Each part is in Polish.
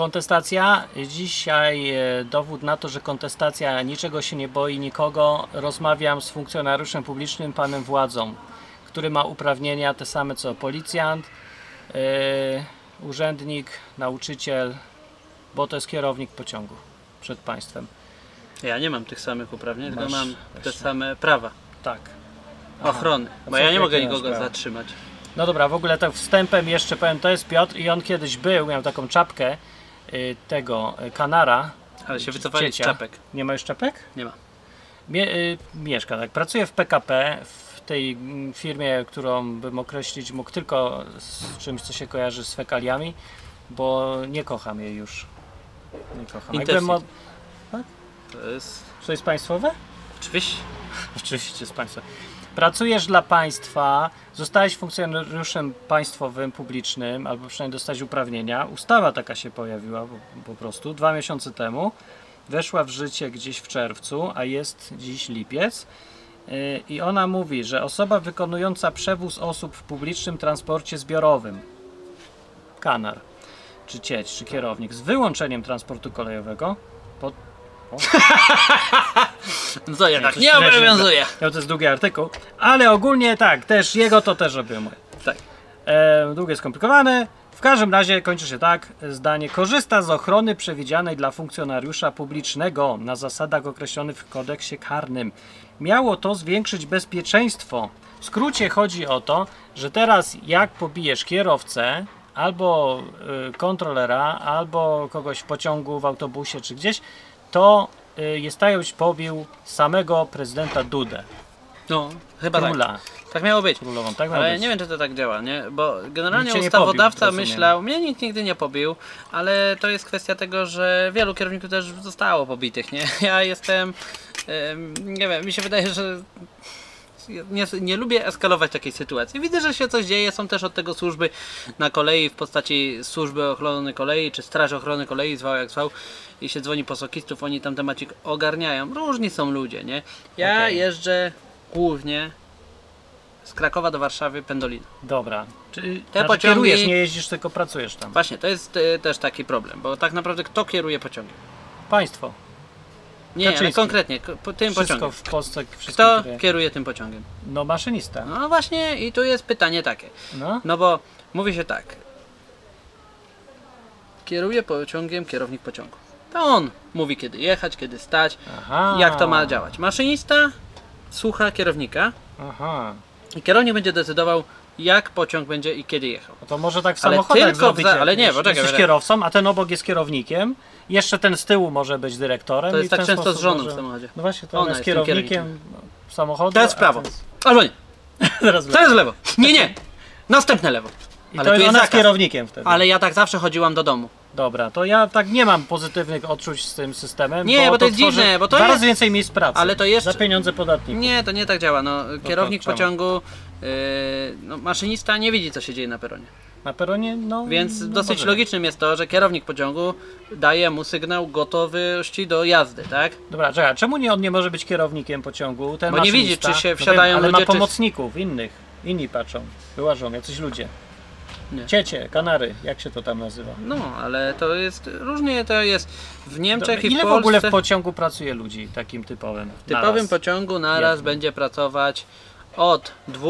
Kontestacja. Dzisiaj dowód na to, że kontestacja niczego się nie boi, nikogo. Rozmawiam z funkcjonariuszem publicznym, panem władzą, który ma uprawnienia te same co policjant, urzędnik, nauczyciel, bo to jest kierownik pociągu przed państwem. Ja nie mam tych samych uprawnień, tylko mam te właśnie same prawa. Tak. Ochrony, bo ja nie mogę nikogo zatrzymać. No dobra, w ogóle tak wstępem jeszcze powiem, to jest Piotr i on kiedyś miał taką czapkę tego kanara. Ale się wycofali z czapek. Nie ma już czapek? Nie ma. Mieszka, tak. Pracuje w PKP, w tej firmie, którą bym określić mógł tylko z czymś, co się kojarzy z fekaliami, bo nie kocham jej już. Nie kocham. Tak? To jest państwowe? Oczywiście. Oczywiście jest państwowe. Pracujesz dla państwa, zostałeś funkcjonariuszem państwowym, publicznym, albo przynajmniej dostałeś uprawnienia. Ustawa taka się pojawiła po prostu 2 miesiące temu. Weszła w życie gdzieś w czerwcu, a jest dziś lipiec. I ona mówi, że osoba wykonująca przewóz osób w publicznym transporcie zbiorowym, kanar, czy cieć, czy kierownik, z wyłączeniem transportu kolejowego, No to jednak nie obowiązuje. To jest długi artykuł, ale ogólnie tak, też jego to też obejmuje. Tak. Długie, skomplikowane. W każdym razie kończy się tak zdanie. Korzysta z ochrony przewidzianej dla funkcjonariusza publicznego na zasadach określonych w kodeksie karnym. Miało to zwiększyć bezpieczeństwo. W skrócie chodzi o to, że teraz jak pobijesz kierowcę, albo kontrolera, albo kogoś w pociągu, w autobusie czy gdzieś, to Jestajoś pobił samego prezydenta Dudę. No, chyba króla. tak. Tak miało być. Królową, tak ale być. nie wiem, czy to tak działa, nie? Bo generalnie Nikt ustawodawca pobił, myślał, mnie nikt nigdy nie pobił, ale to jest kwestia tego, że wielu kierowników też zostało pobitych, nie? Ja jestem, nie wiem, mi się wydaje, że nie lubię eskalować takiej sytuacji. Widzę, że się coś dzieje, są też od tego służby na kolei w postaci służby ochrony kolei, czy straży ochrony kolei, zwał jak zwał, i się dzwoni po sokistów, oni tam temacik ogarniają. Różni są ludzie, nie? Ja jeżdżę głównie z Krakowa do Warszawy pendolino. Dobra. Czyli pociągi... kierujesz, nie jeździsz, tylko pracujesz tam. Właśnie, to jest też taki problem, bo tak naprawdę kto kieruje pociągiem? Państwo. Nie, Kaczyński. ale konkretnie, tym Wszystko pociągiem. w Polsce. Kto kieruje tym pociągiem? No maszynista. No właśnie i tu jest pytanie takie. No bo mówi się tak. Kieruje pociągiem kierownik pociągu. To on mówi kiedy jechać, kiedy stać, jak to ma działać. Maszynista słucha kierownika. I kierownik będzie decydował, jak pociąg będzie i kiedy jechał. No to może tak w samochodach zrobić. Ale nie, bo jesteś kierowcą, a ten obok jest kierownikiem. Jeszcze ten z tyłu może być dyrektorem. To jest i tak często z żoną może... w samochodzie. No właśnie, to ona jest kierownikiem samochodu. Teraz w prawo. Albo nie. Teraz w lewo. Nie. Następne lewo. I ale to jest ona z kierownikiem wtedy. Ale ja tak zawsze chodziłam do domu. Dobra, to ja tak nie mam pozytywnych odczuć z tym systemem. Nie, bo to jest dziwne, bo to dwa jest... razy więcej miejsc pracy. Ale to jeszcze... Za pieniądze podatników. Nie, to nie tak działa. No, kierownik pociągu, maszynista nie widzi, co się dzieje na peronie. Na peronie? No. Więc dosyć logicznym jest to, że kierownik pociągu daje mu sygnał gotowości do jazdy, tak? Dobra, czekaj, czemu on nie może być kierownikiem pociągu? Ten bo nie widzi, czy się wsiadają ale ludzie, ma pomocników innych. Inni patrzą, wyłażą, jacyś ludzie. Nie. Ciecie, kanary, jak się to tam nazywa? No, ale to jest, różnie to jest w Niemczech i w Polsce. Ile w ogóle w pociągu pracuje ludzi takim typowym? W typowym pociągu naraz będzie pracować od 2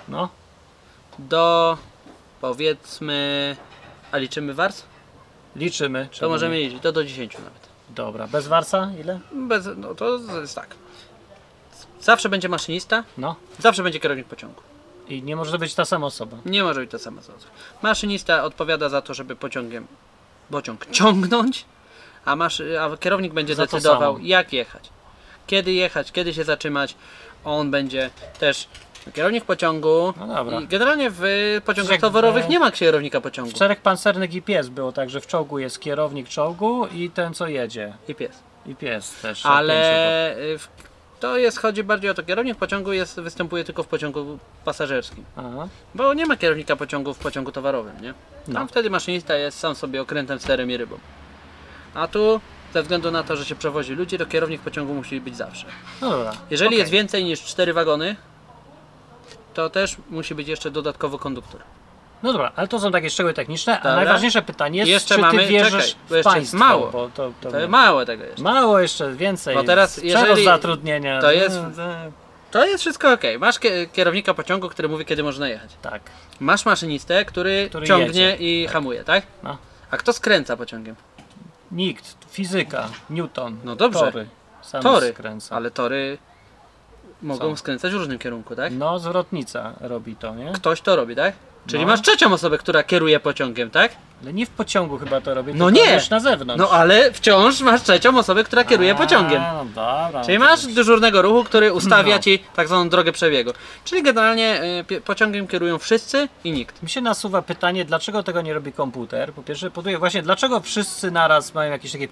do powiedzmy, a liczymy wars? Liczymy. To możemy liczyć, to do 10 nawet. Dobra, bez warsa ile? No to jest tak. Zawsze będzie maszynista, zawsze będzie kierownik pociągu. I nie może być ta sama osoba. Nie może być ta sama osoba. Maszynista odpowiada za to, żeby pociąg ciągnąć, a kierownik będzie decydował, jak jechać. Kiedy się zatrzymać. On będzie też kierownik pociągu. No dobra. I generalnie w pociągach towarowych nie ma kierownika pociągu. W 4 pancernych i pies było tak, że w czołgu jest kierownik czołgu i ten, co jedzie. I pies. I pies też. Ale chodzi bardziej o to, kierownik pociągu występuje tylko w pociągu pasażerskim. Aha. Bo nie ma kierownika pociągu w pociągu towarowym, nie? Tam wtedy maszynista jest sam sobie okrętem, sterem i rybą. A tu, ze względu na to, że się przewozi ludzi, to kierownik pociągu musi być zawsze. No dobra. Jeżeli jest więcej niż 4 wagony, to też musi być jeszcze dodatkowo konduktor. No dobra, ale to są takie szczegóły techniczne, a Dobra. najważniejsze pytanie jest, Jeszcze czy ty mamy- wierzysz czekaj, bo w jeszcze jest państwo? mało. Bo to Mało tego jeszcze. mało jeszcze, więcej. Bo teraz, Przerost jeżeli- zatrudnienia. to jest- To jest wszystko okej. Masz kierownika pociągu, który mówi, kiedy można jechać. Tak. Masz maszynistę, który Który ciągnie jedzie. i hamuje, tak? No. A kto skręca pociągiem? Nikt, fizyka, Newton, No dobrze. tory. Sam Tory. skręca. Ale tory mogą Co? skręcać w różnym kierunku, tak? No, zwrotnica robi to, nie? Ktoś to robi, tak? Czyli No. masz trzecią osobę, która kieruje pociągiem, tak? Ale nie w pociągu chyba to robi, No tylko nie. wiesz, na zewnątrz. No ale wciąż masz trzecią osobę, która kieruje pociągiem. No dobra. Czyli no to masz wiesz. dyżurnego ruchu, który ustawia No. ci tak zwaną drogę przebiegu. Czyli generalnie pociągiem kierują wszyscy i nikt. Mi się nasuwa pytanie, dlaczego tego nie robi komputer? Po pierwsze, po drugie, właśnie dlaczego wszyscy naraz mają jakieś takie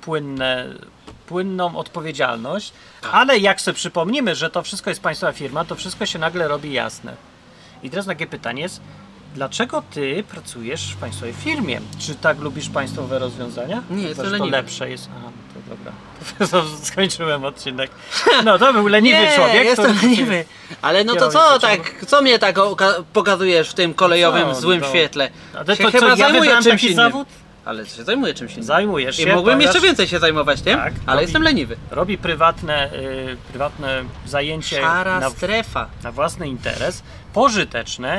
płynną odpowiedzialność, ale jak sobie przypomnimy, że to wszystko jest państwowa firma, to wszystko się nagle robi jasne. I teraz takie pytanie jest, dlaczego ty pracujesz w państwowej firmie? Czy tak lubisz państwowe rozwiązania? Nie, Chyba, jestem że to leniwy. lepsze jest. Aha, to dobra. Skończyłem odcinek. No to był leniwy człowiek. jestem który- leniwy. Ale no to kierownik co pociągu. tak, co mnie tak pokazujesz w tym kolejowym Co? złym No. świetle? Ale Się to co, chyba ja zajmuję wybrałem czymś taki innym. zawód? Ale się zajmuję czymś innym. Zajmujesz się. I mógłbym ponieważ jeszcze więcej się zajmować tym, Tak, ale robi- jestem leniwy. robi prywatne zajęcie Szara na, strefa. na własny interes, pożyteczne,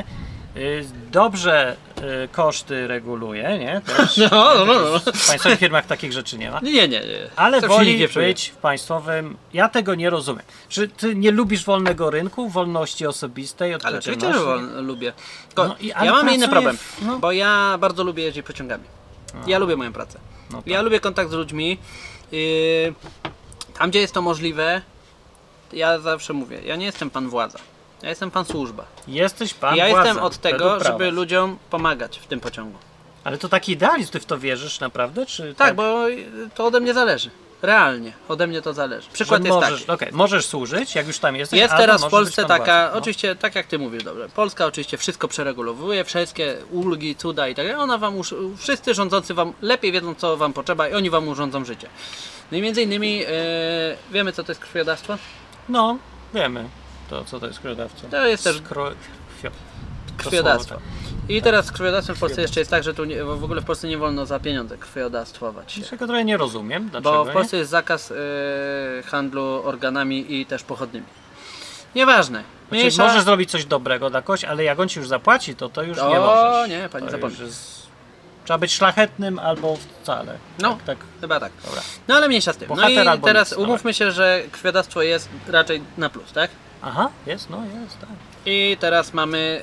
dobrze koszty reguluje, nie? Też, No. w państwowych firmach takich rzeczy nie ma. Nie. Ale To się woli nikt nie czuje. być w państwowym. Ja tego nie rozumiem. Czy ty nie lubisz wolnego rynku, wolności osobistej, Ale odpowiedzialności? oczywiście, że lubię. Tylko No i- ale ja mam inny pracuję problem, no. bo ja bardzo lubię jeździć pociągami. Ja lubię moją pracę. No tak. Ja lubię kontakt z ludźmi. Tam, gdzie jest to możliwe, ja zawsze mówię, ja nie jestem pan władza. Ja jestem pan służba. Jesteś pan Ja władza, jestem od tego, według prawa. żeby ludziom pomagać w tym pociągu. Ale to taki idealizm, ty w to wierzysz naprawdę? Czy Tak, bo to ode mnie zależy. Realnie, ode mnie to zależy. Przykład że jest możesz, taki. okej, możesz służyć, jak już tam jesteś. Jest albo teraz w możesz Polsce być tam taka, władzą, no. oczywiście tak jak ty mówisz, dobrze. Polska oczywiście wszystko przeregulowuje, wszystkie ulgi, cuda i tak dalej. Ona wam wszyscy rządzący wam lepiej wiedzą, co wam potrzeba i oni wam urządzą życie. No i między innymi wiemy, co to jest krwiodawstwo? No, wiemy. To co to jest krwiodawca? To jest też krwiodawstwo. słowo, I teraz z krwiodawstwem w Polsce jeszcze jest tak, że tu w ogóle w Polsce nie wolno za pieniądze krwiodawstwować się. Czego trochę nie rozumiem. Dlaczego, Bo w Polsce jest zakaz handlu organami i też pochodnymi. Nieważne. nie? Znaczy, możesz zrobić coś dobrego dla kogoś, ale jak on ci już zapłaci, to już nie możesz. nie, pani To zapomni. już Trzeba być szlachetnym albo wcale. No. Tak. Chyba tak. Dobra. No ale mniejsza z tym. No Bohater i albo teraz nic, umówmy się, że krwiodawstwo jest raczej na plus, tak? Aha, jest, tak. I teraz mamy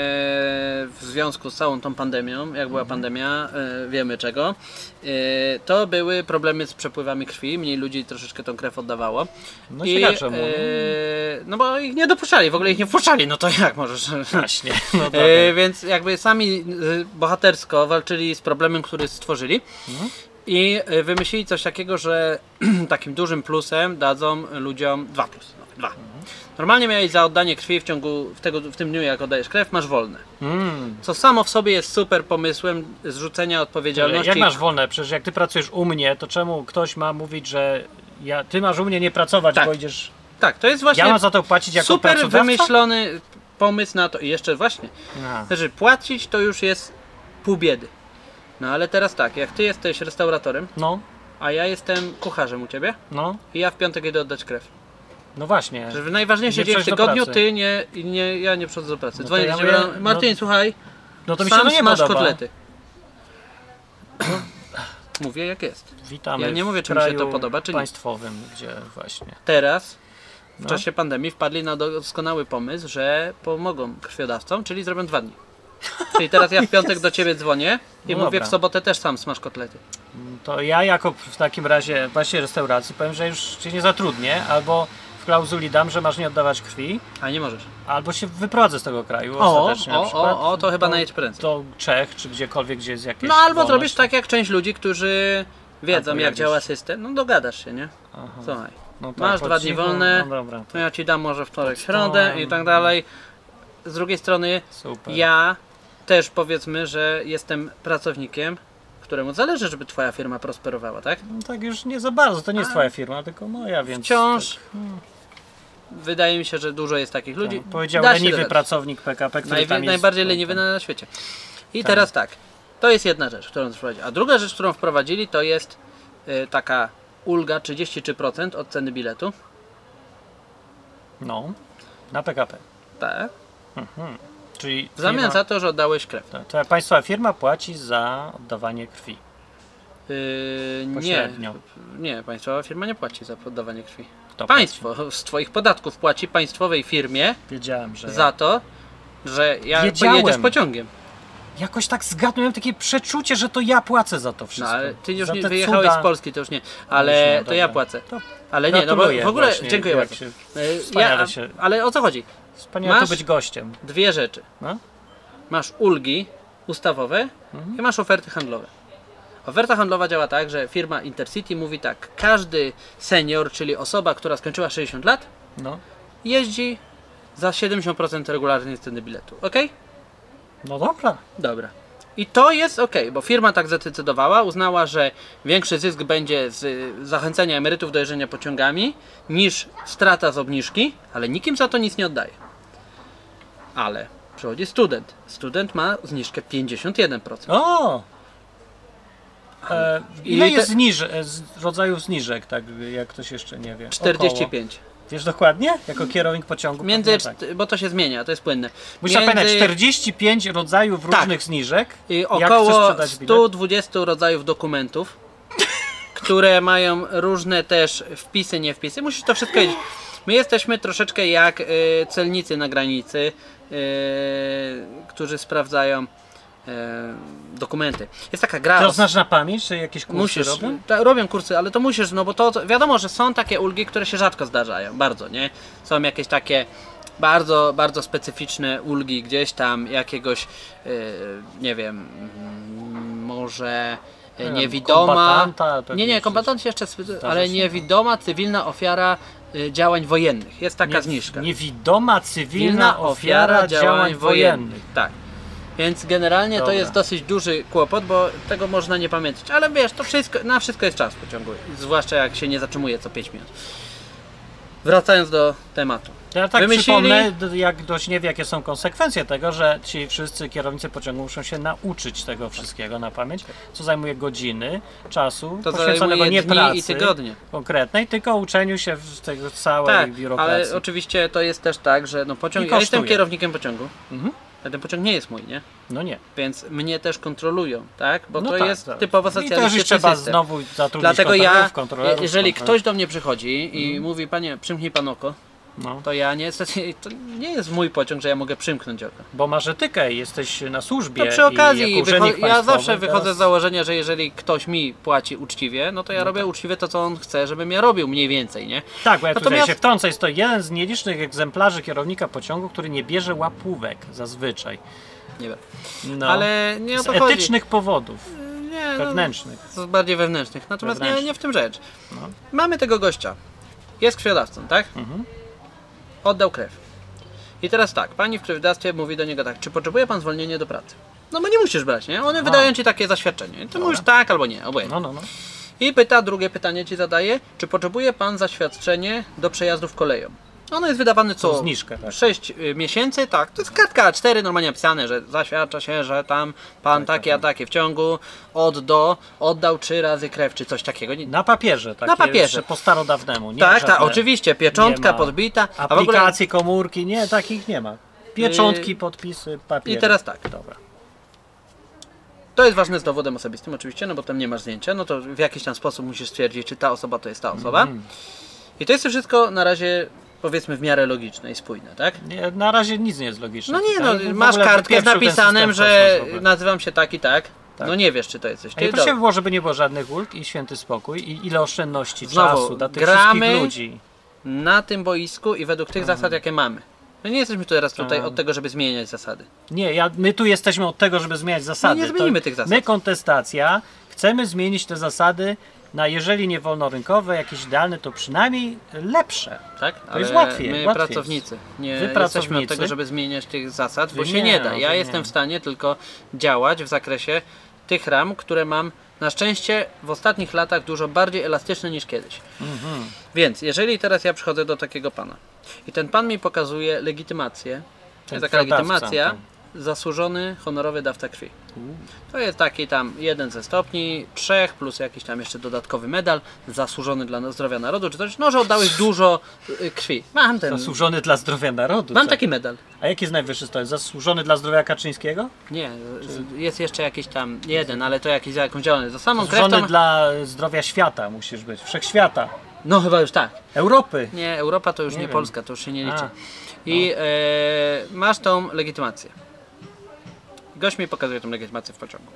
w związku z całą tą pandemią, jak była pandemia, wiemy czego, to były problemy z przepływami krwi, mniej ludzi troszeczkę tą krew oddawało. No ciekawe czemu. No bo ich nie dopuszczali, w ogóle ich nie wpuszczali, no to jak możesz? Właśnie. No dobra. Więc jakby sami bohatersko walczyli z problemem, który stworzyli. I wymyślili coś takiego, że takim dużym plusem dadzą ludziom 2 plus. No, 2. Normalnie miałeś za oddanie krwi w tym dniu, jak oddajesz krew, masz wolne. Co samo w sobie jest super pomysłem zrzucenia odpowiedzialności. Jak masz wolne? Przecież jak ty pracujesz u mnie, to czemu ktoś ma mówić, że ty masz u mnie nie pracować, Tak. bo idziesz... Tak, to jest właśnie Ja mam za to płacić jako super pracodawca? wymyślony pomysł na to. I jeszcze właśnie, Aha. znaczy płacić to już jest pół biedy. No ale teraz tak, jak ty jesteś restauratorem, No, a ja jestem kucharzem u ciebie no, i ja w piątek idę oddać krew. no właśnie. Że najważniejszy Nie dzień w przychodź do tygodniu, pracy. ja nie przychodzę do pracy. No to Dzwonię ja do ciebie, mówię, Martin, no- słuchaj, No to mi się sam to nie smaż podoba. kotlety. Mówię jak jest. Witamy Ja nie mówię, w czy mi się kraju to podoba, czy nie. państwowym, gdzie właśnie... Teraz, w No. czasie pandemii, wpadli na doskonały pomysł, że pomogą krwiodawcom, czyli zrobią 2 dni. Czyli teraz ja w piątek do ciebie dzwonię i No mówię, dobra. w sobotę też sam smaż kotlety. To ja jako w takim razie właśnie restauracji powiem, że już cię nie zatrudnię, albo w klauzuli dam, że masz nie oddawać krwi, A nie możesz. albo się wyprowadzę z tego kraju O, ostatecznie na przykład. to chyba najedź prędzej. Do Czech, czy gdziekolwiek, gdzie jest jakieś No albo wolność. zrobisz tak jak część ludzi, którzy wiedzą Albo jak jak działa już- system, no dogadasz się, nie? Aha. Słuchaj, No tak, masz po 2 dni cichu, wolne, No dobra, to ja ci dam może wtorek, To środę to- i tak dalej. Z drugiej strony super. ja też powiedzmy, że jestem pracownikiem, któremu zależy, żeby twoja firma prosperowała, tak? No tak już nie za bardzo, to nie jest twoja firma, tylko moja, więc... Wciąż Tak, wydaje mi się, że dużo jest takich ludzi. powiedział Da się leniwy dogadać. pracownik PKP, który tam jest... Najbardziej leniwy na świecie. I Tak. teraz tak, to jest jedna rzecz, którą wprowadzili. A druga rzecz, którą wprowadzili, to jest taka ulga 33% od ceny biletu. No, na PKP. Tak. Czyli W zamian za to, że oddałeś krew. to państwa firma płaci za oddawanie krwi. Nie, Pośrednio. nie, państwowa firma nie płaci za poddawanie krwi. Kto Państwo z twoich podatków płaci państwowej firmie płaci? Wiedziałem, że za to, że Wiedziałem. jedziesz pociągiem. jakoś tak zgadłem takie przeczucie, że to ja płacę za to No wszystko. ale ty już Za nie te wyjechałeś cuda. z Polski, to już nie. Ale Już nie, to ja dobra. płacę. To Ale nie, no bo gratuluję w ogóle właśnie, dziękuję jak bardzo. się- Ja, Wspaniale się... ale o co chodzi? Wspaniale Masz- tu być gościem. Dwie rzeczy. No? Masz ulgi ustawowe i masz oferty handlowe. Oferta handlowa działa tak, że firma Intercity mówi tak, każdy senior, czyli osoba, która skończyła 60 lat, No. jeździ za 70% regularnej ceny biletu. Ok? No dobra. Dobra. I to jest ok, bo firma tak zadecydowała, uznała, że większy zysk będzie z zachęcenia emerytów do jeżdżenia pociągami niż strata z obniżki, ale nikim za to nic nie oddaje. Ale przychodzi student. Student ma zniżkę 51%. O! Ile I jest rodzajów zniżek, tak jak ktoś jeszcze nie wie? 45. Około. Wiesz dokładnie? Jako kierownik pociągu? pewnie tak. Bo to się zmienia, to jest płynne. Musisz pamiętać, 45 rodzajów Tak. różnych zniżek. I Jak chcesz około sprzedać bilet? 120 rodzajów dokumentów, które mają różne też wpisy, nie wpisy. Musisz to wszystko wiedzieć. My jesteśmy troszeczkę jak celnicy na granicy, którzy sprawdzają dokumenty. Jest taka gra. To znasz na pamięć, czy jakieś kursy Musisz, robią? robią kursy, ale to musisz, no bo to wiadomo, że są takie ulgi, które się rzadko zdarzają, bardzo, nie? Są jakieś takie bardzo, bardzo specyficzne ulgi gdzieś tam jakiegoś, nie wiem, może Nie wiem, niewidoma, kombatanta, pewnie nie, coś kombatant jeszcze, zdarza ale się. niewidoma cywilna ofiara działań wojennych. Jest taka zniżka. Niewidoma cywilna ofiara działań wojennych. Tak. Więc generalnie Dobra. to jest dosyć duży kłopot, bo tego można nie pamiętać. Ale wiesz, to wszystko, na wszystko jest czas w pociągu. Zwłaszcza jak się nie zatrzymuje co 5 minut. Wracając do tematu. Ja tak Wymyślili- przypomnę, jak ktoś nie wie, jakie są konsekwencje tego, że ci wszyscy kierownicy pociągu muszą się nauczyć tego wszystkiego na pamięć, co zajmuje godziny czasu, To poświęconego zajmuje nie dni pracy i tygodnie. konkretnej, tylko uczeniu się w tego całej Tak, biurokracji. ale oczywiście to jest też tak, że no pociąg, I ja jestem kosztuje. kierownikiem pociągu, Mhm. ale ten pociąg nie jest mój, nie? No nie. Więc mnie też kontrolują, tak? Bo No to tak, jest tak. typowo I też już socjalistyczny trzeba system. znowu zatrudnić Dlatego kontrolerów, kontrolerów, jeżeli kontrolerów. ktoś do mnie przychodzi i mówi, panie, przymknij pan oko, No. to ja niestety, to nie jest mój pociąg, że ja mogę przymknąć oko. Bo masz etykę, jesteś na służbie. To przy okazji, i jako urzędnik ja państwowy zawsze wychodzę teraz- z założenia, że jeżeli ktoś mi płaci uczciwie, no to ja robię uczciwie to, co on chce, żebym ja robił mniej więcej, nie? Tak, bo ja tutaj Natomiast- się wtrącę, jest to jeden z nielicznych egzemplarzy kierownika pociągu, który nie bierze łapówek zazwyczaj. Nie wiem. No, Ale nie o z to chodzi. etycznych powodów, Nie, no, wewnętrznych. z bardziej wewnętrznych. Natomiast Wewnętrznych. nie w tym rzecz. No. Mamy tego gościa. Jest krwiodawcą, tak? Mhm. Oddał krew. I teraz tak, pani w krwiodawstwie mówi do niego tak, czy potrzebuje pan zwolnienia do pracy? No bo nie musisz brać, nie? One wydają ci takie zaświadczenie. Ty mówisz tak albo nie, obojętnie. No. I pyta, drugie pytanie ci zadaje, czy potrzebuje pan zaświadczenie do przejazdów koleją? Ono jest wydawane co zniżkę, tak. 6 miesięcy, tak, to jest kartka A4 normalnie napisane, że zaświadcza się, że tam pan takie a takie w ciągu od do oddał 3 razy krew, czy coś takiego. Na papierze, takie Na papierze. jeszcze po starodawnemu. Nie Tak, żadne oczywiście, pieczątka nie ma podbita, a w ogóle... Aplikacje, komórki, nie, takich nie ma. Pieczątki, podpisy, papiery. I teraz tak. Dobra. To jest ważne z dowodem osobistym oczywiście, no bo tam nie masz zdjęcia, no to w jakiś tam sposób musisz stwierdzić, czy ta osoba to jest ta osoba. I to jest to wszystko na razie, powiedzmy, w miarę logiczne i spójne, tak? Nie, na razie nic nie jest logiczne. No nie, tutaj. no W masz ogóle kartkę z wypieprzył ten napisanym, system że kosmosowy. nazywam się tak i tak. Tak. No nie wiesz, czy to jesteś A ty. i proszę by było, żeby nie było żadnych ulg i święty spokój i ile oszczędności Znowu, czasu dla tych gramy wszystkich ludzi. Na tym boisku i według tych zasad, jakie mamy. No nie jesteśmy teraz tutaj Tak. od tego, żeby zmieniać zasady. Nie, my tu jesteśmy od tego, żeby zmieniać zasady. nie zmienimy tych zasad. My, kontestacja, chcemy zmienić te zasady na, jeżeli nie wolnorynkowe, jakieś idealne, to przynajmniej lepsze. Tak? To jest łatwiej, My łatwiej pracownicy. Nie Wy jesteśmy od pracownicy? tego, żeby zmieniać tych zasad, bo Wy się nie, nie da. no, Ja wy jestem nie. w stanie tylko działać w zakresie tych ram, które mam na szczęście w ostatnich latach dużo bardziej elastyczne niż kiedyś. Więc jeżeli teraz ja przychodzę do takiego pana i ten pan mi pokazuje legitymację, Ten jest taka krwiodawca, legitymacja, tak. zasłużony honorowy dawca krwi. To jest taki tam 1 ze stopni, 3 plus jakiś tam jeszcze dodatkowy medal, zasłużony dla zdrowia narodu, czy coś, no, że oddałeś dużo krwi. Mam ten... Zasłużony dla zdrowia narodu. Mam tak? taki medal. A jaki jest najwyższy stopień? Zasłużony dla zdrowia Kaczyńskiego? Nie, jest jeszcze jakiś tam jeden, ale to jakiś za jakąś działalność. Za samą krew Zasłużony to... dla zdrowia świata musisz być, wszechświata, No chyba już tak. Europy. Nie, Europa to już nie wiem. Polska, to już się nie liczy. A, I masz tą legitymację. Gość mi pokazuje tą legitymację w pociągu.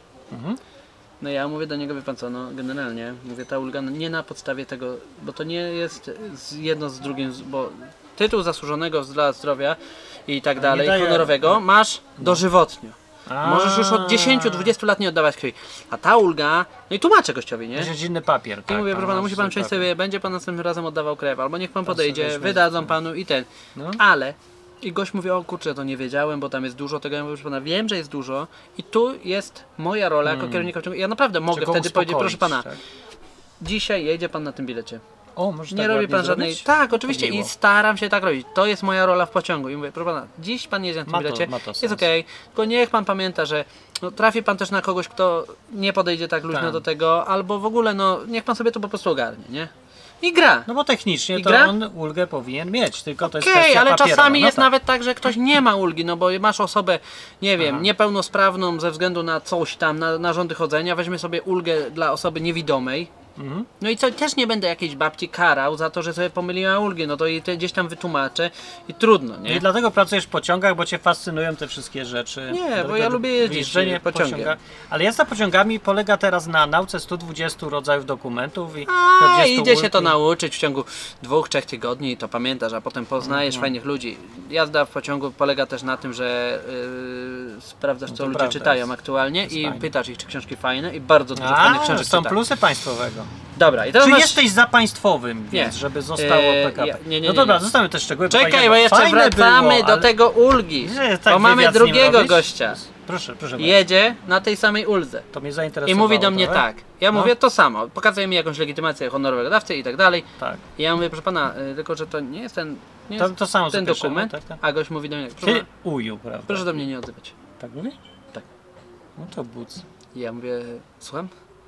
No ja mówię do niego, wie pan co, no generalnie, mówię, ta ulga nie na podstawie tego, bo to nie jest jedno z drugim, bo tytuł zasłużonego dla zdrowia i tak dalej, daje- honorowego masz dożywotnio. A. Możesz już od 10-20 lat nie oddawać krwi. A ta ulga, no i tłumaczę gościowi, nie? To jest inny papier. I Tak, mówię, proszę pana, musi pan masz przejść papier. sobie, będzie pan następnym razem oddawał krew, albo niech pan sobie podejdzie, weźmie wydadzą panu i ten. No. Ale, i gość mówi, o kurczę, to nie wiedziałem, bo tam jest dużo tego. Ja mówię, proszę pana, wiem, że jest dużo i tu jest moja rola jako kierownika pociągu. Ja naprawdę mogę Trzeba wtedy powiedzieć, proszę uspokoić, pana, tak? dzisiaj jedzie pan na tym bilecie. O, może Nie tak robi ładnie pan żadnej... zrobić? Tak, oczywiście To miło. i staram się tak robić. To jest moja rola w pociągu. I mówię, proszę pana, dziś pan jedzie na tym Ma to- bilecie, ma to sens. jest okej, tylko niech pan pamięta, że no, trafi pan też na kogoś, kto nie podejdzie tak luźno Tak. do tego, albo w ogóle, no, niech pan sobie to po prostu ogarnie, nie? I gra. No bo technicznie I to gra? on ulgę powinien mieć, tylko to jest Okej, kwestia ale papierowa. czasami No jest tak. nawet tak, że ktoś nie ma ulgi, no bo masz osobę, nie wiem, Aha. niepełnosprawną ze względu na coś tam, na narządy chodzenia, weźmie sobie ulgę dla osoby niewidomej. Mhm. No i co, też nie będę jakiejś babci karał za to, że sobie pomyliła ulgę, no to jej gdzieś tam wytłumaczę i trudno, nie? I dlatego pracujesz w pociągach, bo cię fascynują te wszystkie rzeczy. Nie, bo Dlatego ja lubię jeździć jeżdżenie pociągiem. pociąga. Ale jazda pociągami polega teraz na nauce 120 rodzajów dokumentów i A, 40 idzie się ulg to i- nauczyć w ciągu 2-3 tygodni, to pamiętasz, a potem poznajesz fajnych ludzi. Jazda w pociągu polega też na tym, że sprawdzasz, co to ludzie prawda czytają jest. aktualnie jest i fajne. pytasz ich, czy książki fajne i bardzo dużo fajnych A, książek są czytają. plusy państwowego. Dobra, i teraz Czy masz... jesteś za państwowym, więc, Nie. żeby zostało PKP? nie, No dobra, zostawiamy te szczegóły. Czekaj, bo jeszcze Fajne wracamy było, do ale- tego ulgi, Nie, tak bo mamy wywiad z nim drugiego robić? gościa. Proszę bardzo. Jedzie na tej samej uldze. To mnie I zainteresowało. mówi do mnie trochę. tak. Ja No. mówię to samo. Pokazuje mi jakąś legitymację honorowego dawcy i tak dalej. Tak. I ja mówię, proszę pana, tylko że to nie jest ten, nie To- jest to samo ten zapiszemy, dokument. tak, tak. A gość mówi do mnie, proszę, Ty pana, uju, prawda? proszę do mnie nie odzywać. Tak mówi? Tak. No to buc. I ja mówię, słucham?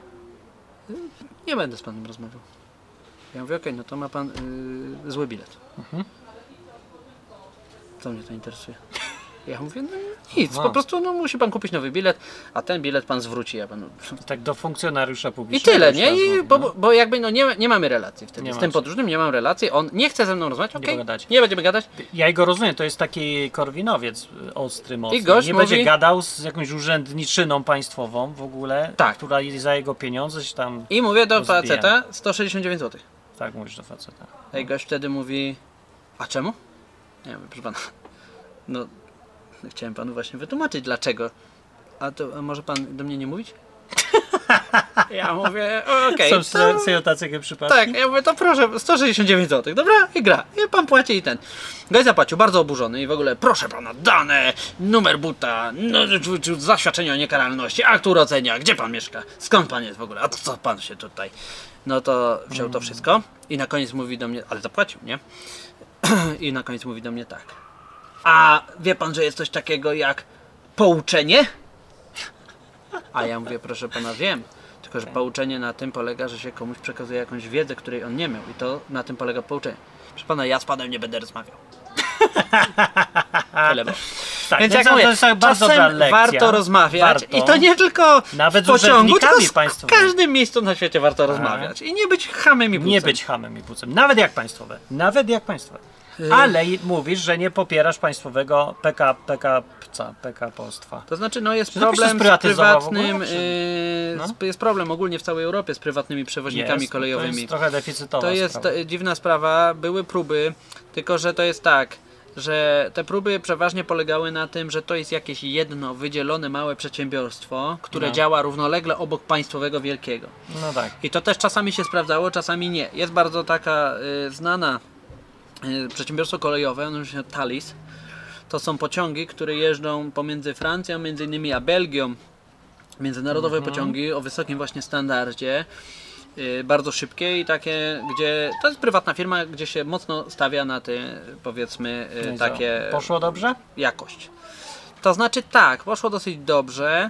Nie będę z panem rozmawiał. Ja mówię, okej, no to ma pan zły bilet. Mhm. Co mnie to interesuje? Ja mówię, no nic, No. po prostu no, musi pan kupić nowy bilet, a ten bilet pan zwróci, ja panu... Tak do funkcjonariusza I publicznego. tyle, już nie? raz I mówię, bo jakby no nie mamy relacji wtedy. Nie Z tym macie. podróżnym nie mam relacji, on nie chce ze mną rozmawiać, okej, pogadać. nie będziemy gadać. Ja jego rozumiem, to jest taki korwinowiec ostry, mocny. I gość nie mówi- będzie gadał z jakąś urzędniczyną państwową w ogóle, Tak. która za jego pieniądze się tam... I mówię do Rozbijam. faceta 169 zł. Tak mówisz do faceta. I gość wtedy mówi, a czemu? Nie wiem, proszę pana, no chciałem panu właśnie wytłumaczyć dlaczego. A może pan do mnie nie mówić? Ja mówię, okej. Są tacy przypadki? Tak, ja mówię, to proszę, 169 zł, dobra? I gra. I pan płaci i ten. Gość zapłacił, bardzo oburzony i w ogóle, proszę pana, dane, numer buta, no, zaświadczenie o niekaralności, akt urodzenia, gdzie pan mieszka, skąd pan jest w ogóle, a co pan się tutaj... No to wziął to wszystko i na koniec mówi do mnie, ale zapłacił, nie? I na koniec mówi do mnie tak. A wie pan, że jest coś takiego jak pouczenie? A ja mówię, proszę pana, wiem. Tylko, że pouczenie na tym polega, że się komuś przekazuje jakąś wiedzę, której on nie miał. I to na tym polega pouczenie. Proszę pana, ja z panem nie będę rozmawiał. Tyle było. Tak, Więc no jak to mówię, jest bardzo dobra czasem lekcja. warto rozmawiać Warto. i to nie tylko Nawet w z pociągu, tylko urzędnikami w państwowymi. każdym miejscu na świecie warto rozmawiać. I nie być chamem i bucem. Nie być hamem i bucem. Nawet jak państwowe. Nawet jak państwowe. Ale mówisz, że nie popierasz państwowego PKP-postwa. To znaczy, no jest Czy to ktoś problem z sprywatyzował w ogóle, prywatnym, czy- No. jest problem ogólnie w całej Europie z prywatnymi przewoźnikami Jest, kolejowymi. To jest trochę deficytowa To jest sprawa. dziwna sprawa, były próby, tylko że to jest tak, że te próby przeważnie polegały na tym, że to jest jakieś jedno wydzielone małe przedsiębiorstwo, które No. działa równolegle obok państwowego wielkiego. No tak. I to też czasami się sprawdzało, czasami nie. Jest bardzo taka znana przedsiębiorstwo kolejowe, ono się nazywa Thalys. To są pociągi, które jeżdżą pomiędzy Francją między innymi a Belgią. Międzynarodowe pociągi o wysokim właśnie standardzie. Bardzo szybkie i takie, gdzie to jest prywatna firma, gdzie się mocno stawia na te, powiedzmy, No i co? takie Poszło dobrze? jakość. To znaczy tak, poszło dosyć dobrze,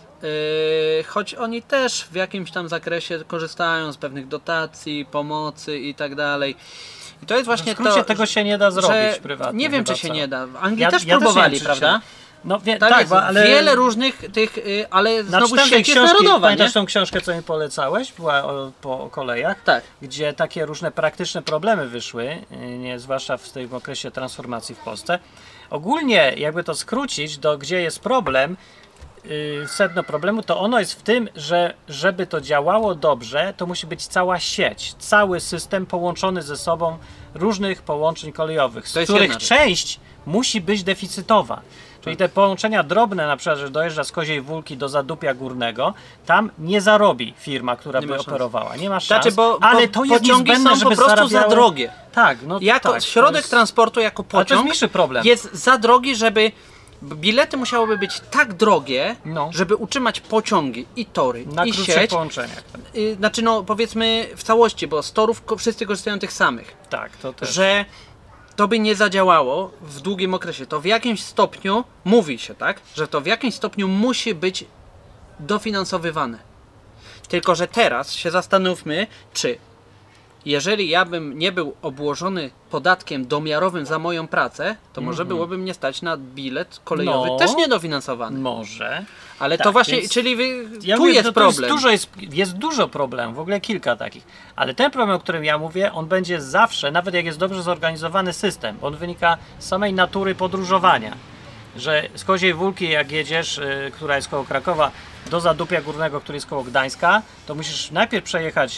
choć oni też w jakimś tam zakresie korzystają z pewnych dotacji, pomocy i tak dalej. I to jest właśnie W skrócie to, tego się nie da zrobić że prywatnie. nie wiem, czy chyba się całe. nie da. W Anglii Ja- też ja też próbowali, nie wiem, czy prawda? No Tak, tak, jest ale wiele różnych tych, ale znowu naczytałem tej sieć jest narodowa, nie? pamiętasz tą książkę, co mi polecałeś? Była o kolejach? Tak. Gdzie takie różne praktyczne problemy wyszły, nie, zwłaszcza w tym okresie transformacji w Polsce. Ogólnie, jakby to skrócić, do gdzie jest problem, sedno problemu, to ono jest w tym, że żeby to działało dobrze, to musi być cała sieć, cały system połączony ze sobą różnych połączeń kolejowych, z To jest których jedna rzecz. część musi być deficytowa. Czyli te połączenia drobne, na przykład, że dojeżdża z Koziej Wólki do Zadupia Górnego, tam nie zarobi firma, która Nie by ma szans. operowała. Nie ma szans, Znaczy, bo ale to jest pociągi niezbędne, są żeby po prostu zarabiały... za drogie. Tak, no Jako tak, to środek jest... transportu, jako Ale to jest pociąg mniejszy problem. jest za drogi, żeby bilety musiałyby być tak drogie, No. żeby utrzymać pociągi i tory Na i krótszych sieć. połączeniach. Znaczy no powiedzmy w całości, bo z torów wszyscy korzystają tych samych. Tak, to też. Że to by nie zadziałało w długim okresie. To w jakimś stopniu, mówi się tak, że to w jakimś stopniu musi być dofinansowywane. Tylko że teraz się zastanówmy, czy jeżeli ja bym nie był obłożony podatkiem domiarowym za moją pracę, to może byłoby mnie stać na bilet kolejowy No. też niedofinansowany. Może. Ale Tak, to właśnie, więc czyli Ja tu mówię, jest to problem. jest dużo problemów, w ogóle kilka takich. Ale ten problem, o którym ja mówię, on będzie zawsze, nawet jak jest dobrze zorganizowany system, on wynika z samej natury podróżowania. Że z Koziej Wólki, jak jedziesz, która jest koło Krakowa, do Zadupia Górnego, który jest koło Gdańska, to musisz najpierw przejechać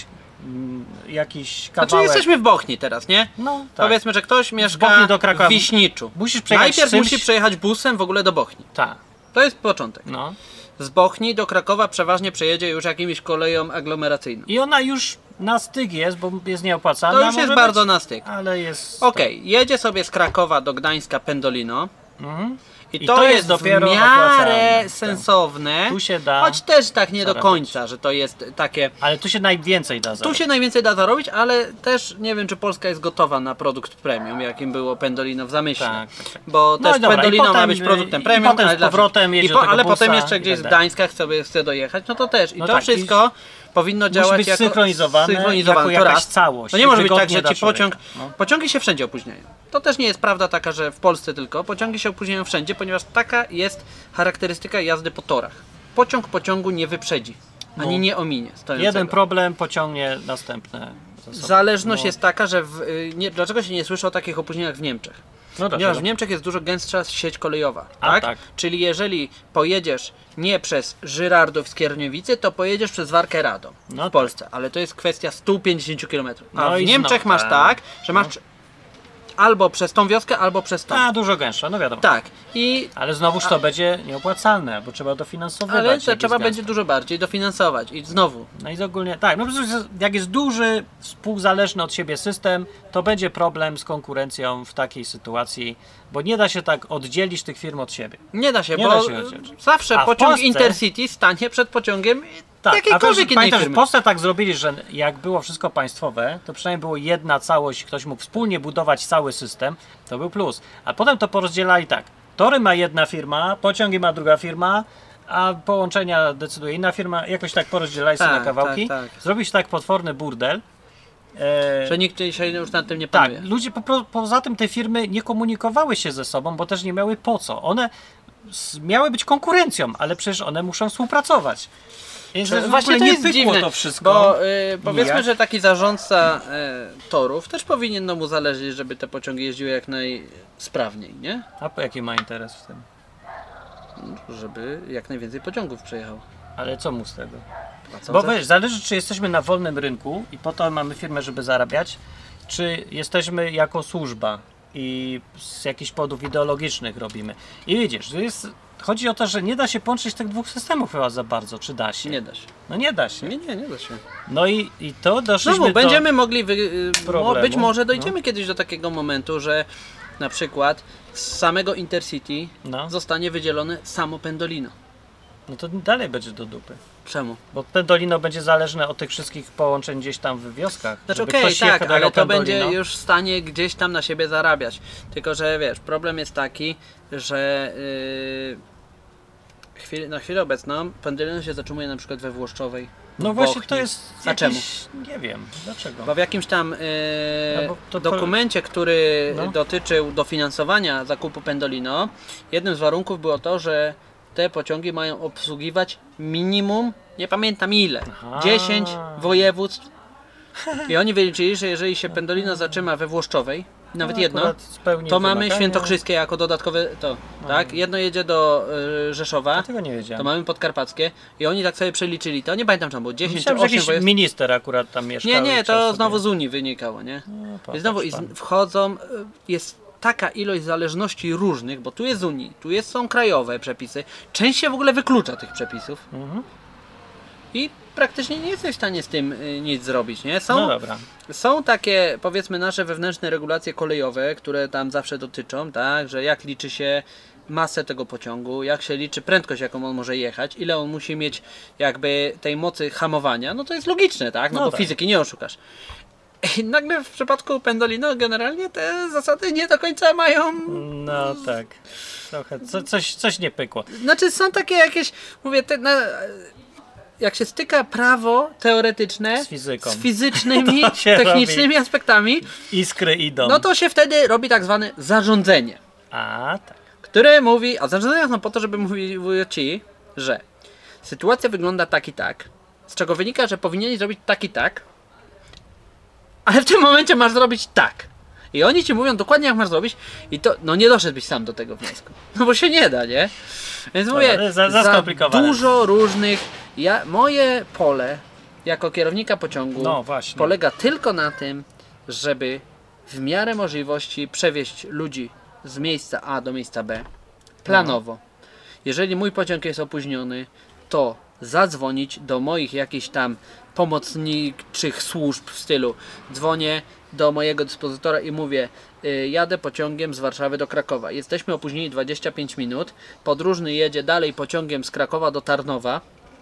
jakiś kawałek. Znaczy jesteśmy w Bochni teraz, nie? No, tak. Powiedzmy, że ktoś mieszka Bochni do Krakowa. w Wiśniczu. Musisz przejechać Najpierw czymś... musi przejechać busem w ogóle do Bochni. Tak, To jest początek. no. Z Bochni do Krakowa przeważnie przejedzie już jakimiś koleją aglomeracyjną. I ona już na styk jest, bo jest nieopłacalna. To już jest może bardzo być, na styk. ale jest... Okej, jedzie sobie z Krakowa do Gdańska Pendolino. Mhm. I I to to jest jest dopiero w miarę opłacalne. sensowne. Tu się da Choć też tak nie do zarabiać. końca, że to jest takie... Ale tu się najwięcej da Tu zarobić. się najwięcej da zarobić, ale też nie wiem, czy Polska jest gotowa na produkt premium, jakim było Pendolino w zamyśle. Tak, tak, tak. Bo No też i dobra, Pendolino i ma potem, być produktem i premium. potem z ale dla powrotem wszystkich. jedzie do tego ale busa potem jeszcze i gdzieś tak z dalej. Gdańska chce dojechać, no to też. I No to tak, wszystko powinno działać być jako synchronizowane jako to jakaś raz. całość To nie i może być tak, wygodnie że dla ci pociąg... człowieka, no. Pociągi się wszędzie opóźniają. To też nie jest prawda taka, że w Polsce tylko. Pociągi się opóźniają wszędzie, ponieważ taka jest charakterystyka jazdy po torach. Pociąg pociągu nie wyprzedzi, ani No. nie ominie stojącego. Jeden problem pociągnie następne za sobą. Zależność No. jest taka, że dlaczego się nie słyszy o takich opóźnieniach w Niemczech? No Ponieważ dlaczego? w Niemczech jest dużo gęstsza sieć kolejowa. A, Tak? tak. Czyli jeżeli pojedziesz nie przez Żyrardów z Kierniewicy, to pojedziesz przez Warkę Radom No w tak. Polsce. Ale to jest kwestia 150 km. A No w i Niemczech znowu, masz tak. tak, że masz albo przez tą wioskę, albo przez tą. A, dużo gęstsza, no wiadomo. Tak. I Ale znowuż to będzie nieopłacalne, bo trzeba dofinansowywać. ale jak to jest trzeba gęsto. będzie dużo bardziej dofinansować. I znowu, No i ogólnie tak, no po prostu jak jest duży, współzależny od siebie system, to będzie problem z konkurencją w takiej sytuacji, bo nie da się tak oddzielić tych firm od siebie. nie da się, Nie bo da się oddzielić. zawsze A w pociąg Polsce- Intercity stanie przed pociągiem Tak, jakiejkolwiek innej pamiętam, że w firmy. Polsce tak zrobili, że jak było wszystko państwowe, to przynajmniej było jedna całość, ktoś mógł wspólnie budować cały system, to był plus. A potem to porozdzielali tak, tory ma jedna firma, pociągi ma druga firma, a połączenia decyduje inna firma, jakoś tak porozdzielali sobie Tak, na kawałki, tak. zrobić tak potworny burdel. Że nikt dzisiaj już nad tym nie Tak, panuje. ludzie poza tym te firmy nie komunikowały się ze sobą, bo też nie miały po co. One miały być konkurencją, ale przecież one muszą współpracować. Więc Właśnie to nie jest pykło dziwne, to wszystko. bo powiedzmy, Nijak. że taki zarządca torów też powinien mu zależeć, żeby te pociągi jeździły jak najsprawniej, nie? A po jaki ma interes w tym? Żeby jak najwięcej pociągów przejechało. Ale co mu z tego? A co Bo za- wiesz, zależy czy jesteśmy na wolnym rynku i po to mamy firmę, żeby zarabiać, czy jesteśmy jako służba i z jakichś powodów ideologicznych robimy. I widzisz, chodzi o to, że nie da się połączyć tych dwóch systemów chyba za bardzo, czy da się? Nie da się. No nie da się. Nie da się. No i to doszliśmy Znowu, do... będziemy mogli, problemu. być może dojdziemy kiedyś do takiego momentu, że na przykład z samego Intercity No. zostanie wydzielone samo Pendolino. No to dalej będzie do dupy. Czemu? Bo Pendolino będzie zależne od tych wszystkich połączeń gdzieś tam w wioskach. Znaczy żeby okej, ktoś tak, jechał do ale to Pendolino. będzie już w stanie gdzieś tam na siebie zarabiać. Tylko, że wiesz, problem jest taki, że na chwilę obecną Pendolino się zatrzymuje na przykład we Włoszczowej. No w właśnie Bochni. to jest A jakiś, czemu? nie wiem, dlaczego. Bo w jakimś tam No bo to dokumencie, który No. dotyczył dofinansowania zakupu Pendolino, jednym z warunków było to, że te pociągi mają obsługiwać minimum, nie pamiętam ile, Aha. 10 województw. I oni wyliczyli, że jeżeli się Pendolino zatrzyma we Włoszczowej, nawet No, jedno, akurat spełni to mamy wymagania. Świętokrzyskie jako dodatkowe to, tak? Jedno jedzie do Rzeszowa, Ja tego nie wiedziałem. to mamy Podkarpackie i oni tak sobie przeliczyli to, nie pamiętam czemu było 10 czy Myślałem, że 8 jakiś województw. minister akurat tam mieszkał. Nie, i nie, chciał to sobie- znowu z Unii wynikało, nie? No, I znowu popatrz pan. wchodzą, jest taka ilość zależności różnych, bo tu jest z Unii, są krajowe przepisy, część się w ogóle wyklucza tych przepisów Mhm. i praktycznie nie jesteś w stanie z tym nic zrobić, nie? No dobra. Są takie, powiedzmy, nasze wewnętrzne regulacje kolejowe, które tam zawsze dotyczą, tak, że jak liczy się masę tego pociągu, jak się liczy prędkość, jaką on może jechać, ile on musi mieć jakby tej mocy hamowania, no to jest logiczne, tak, no No bo tak. fizyki nie oszukasz. I nagle w przypadku Pendolino generalnie te zasady nie do końca mają. No tak. Trochę, coś nie pykło. Znaczy są takie jakieś, mówię, jak się styka prawo teoretyczne Z fizyką. z fizycznymi, To się technicznymi aspektami, Iskry idą. no to się wtedy robi tak zwane zarządzenie, A, tak. które mówi, a zarządzenia są po to, żeby mówiły ci, że sytuacja wygląda tak i tak, z czego wynika, że powinieneś zrobić tak i tak, ale w tym momencie masz zrobić tak. I oni ci mówią dokładnie jak masz zrobić i to, no nie doszedłbyś sam do tego wniosku. No bo się nie da, nie? Więc mówię, ale za skomplikowane. dużo różnych, moje pole jako kierownika pociągu No właśnie. polega tylko na tym, żeby w miarę możliwości przewieźć ludzi z miejsca A do miejsca B planowo. Jeżeli mój pociąg jest opóźniony, to zadzwonić do moich jakichś tam pomocniczych służb w stylu dzwonię do mojego dyspozytora i mówię jadę pociągiem z Warszawy do Krakowa. Jesteśmy opóźnieni 25 minut. Podróżny jedzie dalej pociągiem z Krakowa do Tarnowa.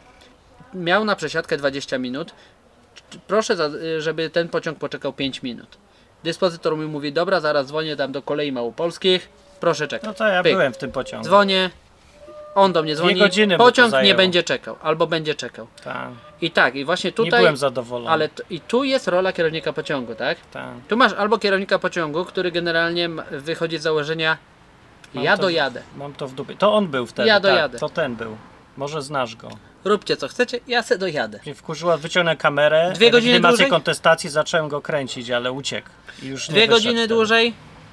Miał na przesiadkę 20 minut. Proszę, żeby ten pociąg poczekał 5 minut. Dyspozytor mi mówi, dobra, zaraz dzwonię tam do Kolei Małopolskich. Proszę czekać. No to ja Pyk. byłem w tym pociągu. Dzwonię. On do mnie dzwoni. godziny by to Pociąg nie zajęło. będzie czekał. Albo będzie czekał. Tak. I tak, i właśnie Nie tutaj. byłem zadowolony. Ale i tu jest rola kierownika pociągu, tak? Tak. Tu masz albo kierownika pociągu, który generalnie wychodzi z założenia Mam ja to- dojadę. Mam to w dupie. To on był wtedy. Ja tak, dojadę. to ten był. Może znasz go. Róbcie co chcecie, ja se dojadę. Mnie wkurzyła, wyciągnę kamerę. 2 godziny legitymację dłużej? kontestacji, zacząłem go kręcić, ale uciekł. I już nie 2 wyszedł godziny wtedy. dłużej.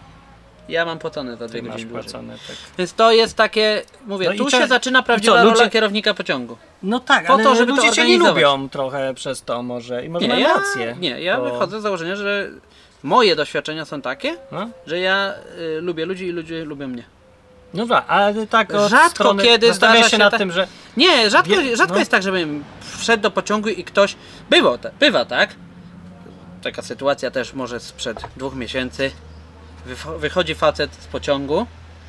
Ja mam płacone za 2 Ty masz godziny dłużej. płacone, tak. Więc to jest takie, mówię, No i tu co- się zaczyna i prawdziwa co, rola ludzie- kierownika pociągu. No tak, Po ale to, żeby to ludzie cię nie organizować. lubią trochę przez to może. I może Nie, mają ja, rację. nie, ja bo- wychodzę z założenia, że moje doświadczenia są takie, No? że ja lubię ludzi i ludzie lubią mnie. No tak, ale tak od Rzadko strony kiedy zastanawiam zdarza się się nad tak- tym, że Nie, rzadko no. jest tak, żebym wszedł do pociągu i ktoś... Bywa tak? Taka sytuacja też może sprzed 2 miesięcy. Wychodzi facet z pociągu.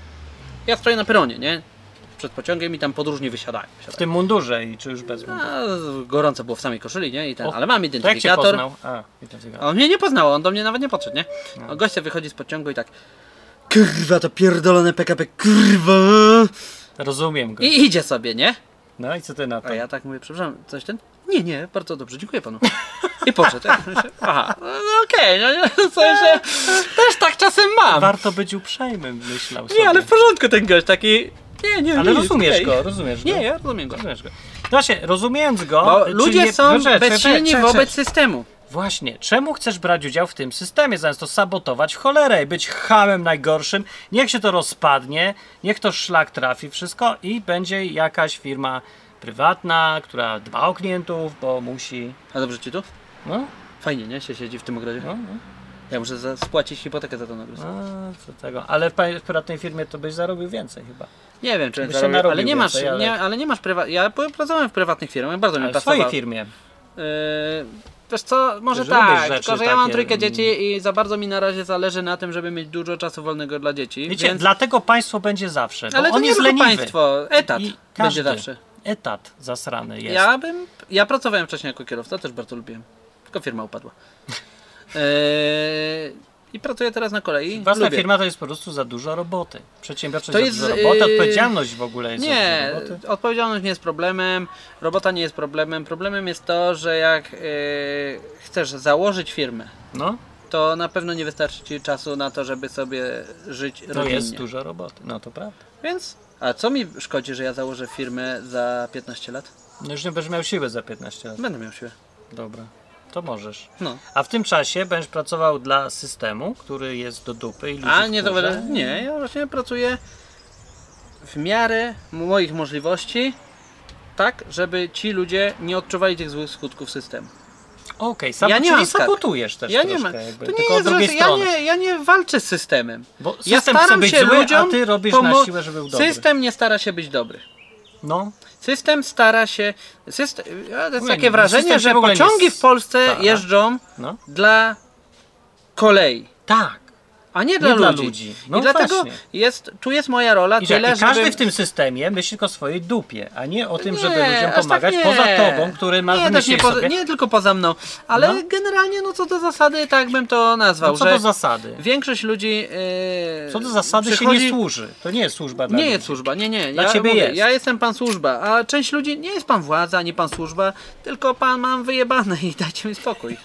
Ja stoję na peronie, nie? Przed pociągiem i tam podróżni wysiadają. w tym mundurze i czy już bez munduru. Gorąco było w samej koszuli, nie? I ten, O, ale mam To jak cię identyfikator. poznał? A, identyfikator. A on mnie nie poznał, on do mnie nawet nie podszedł, nie? A gościa wychodzi z pociągu i tak... Kurwa, to pierdolone PKP, kurwa! Rozumiem go. I idzie sobie, nie? No i co ty na to? A ja tak mówię, przepraszam, coś ten? Nie, bardzo dobrze, dziękuję panu. I poszedł. Aha, no okej, no nie, w sensie, też tak czasem mam. Warto być uprzejmym, myślał sobie. Nie, ale w porządku ten gość, taki... Nie, Ale nic, rozumiesz okej. go, rozumiesz go. Nie, ja rozumiem go. Rozumiesz go. Właśnie, rozumiejąc go... Bo czy ludzie nie- są no, czekaj, bezsilni czekaj, wobec czekaj. systemu. Właśnie, czemu chcesz brać udział w tym systemie, zamiast to sabotować w cholerę i być chamem najgorszym? Niech się to rozpadnie, niech to szlak trafi wszystko i będzie jakaś firma prywatna, która dba o klientów, bo musi... A dobrze ci tu? No, Fajnie, nie? Się siedzi w tym ogrodzie. no, Ja muszę spłacić hipotekę za ten ogród. no, co tego. Ale w prywatnej firmie to byś zarobił więcej chyba. Nie wiem, czy Byś się zarobię, narobił ale nie masz, więcej, ale- ale nie masz ja pracowałem w prywatnych firmach, bardzo mi Ale w pasowało. swojej firmie. Wiesz co, może Też lubisz tak, rzeczy tylko że ja mam takie, 3 dzieci i za bardzo mi na razie zależy na tym, żeby mieć dużo czasu wolnego dla dzieci. Wiecie, więc... dlatego państwo będzie zawsze, bo Ale to on nie jest tylko leniwy. państwo, etat I będzie każdy. zawsze. etat zasrany jest. Ja pracowałem wcześniej jako kierowca, też bardzo lubiłem. Tylko firma upadła. I pracuję teraz na kolei. Własna Lubię. firma to jest po prostu za dużo roboty. Przedsiębiorczość To za jest, dużo roboty, odpowiedzialność w ogóle jest Nie, za dużo roboty. odpowiedzialność nie jest problemem, robota nie jest problemem. Problemem jest to, że jak chcesz założyć firmę, No, to na pewno nie wystarczy ci czasu na to, żeby sobie żyć to rodzinnie. jest dużo roboty. No to prawda. Więc, a co mi szkodzi, że ja założę firmę za 15 lat? No już nie będziesz miał siły za 15 lat. Będę miał siłę. Dobra, to możesz. No. A w tym czasie będziesz pracował dla systemu, który jest do dupy i ludzi A nie, to wkurza. będę, nie, ja właśnie pracuję w miarę moich możliwości, tak, żeby ci ludzie nie odczuwali tych złych skutków systemu. Okej, Ja nie czyli mam skarg. sabotujesz też Ja troszkę. nie mam. Jakby, To nie tylko jest, od drugiej że strony. ja nie walczę z systemem. Bo Ja system chce staram być się zły, ludziom a ty robisz na siłę, żeby był dobry. System nie stara się być dobry. No, System stara się. System, to jest Nie, takie system wrażenie, się że w ogóle nie pociągi s- w Polsce Tak. jeżdżą no. dla kolei, Tak. a nie dla dla ludzi. ludzi. No I dlatego właśnie. tu jest moja rola I, tyle, i każdy żeby... w tym systemie myśli tylko o swojej dupie, a nie o tym, Nie, żeby ludziom aż tak pomagać nie. poza tobą, który masz nie, też wymyślić nie, sobie. nie tylko poza mną, ale No. generalnie no co do zasady tak bym to nazwał, No co że do zasady. większość ludzi Co do zasady się przychodzi... nie służy. To nie jest służba dla Nie ludzi. jest służba, nie. Dla ciebie jest. Ja jestem pan służba, a część ludzi nie jest pan władza, nie pan służba, tylko pan mam wyjebane i dajcie mi spokój.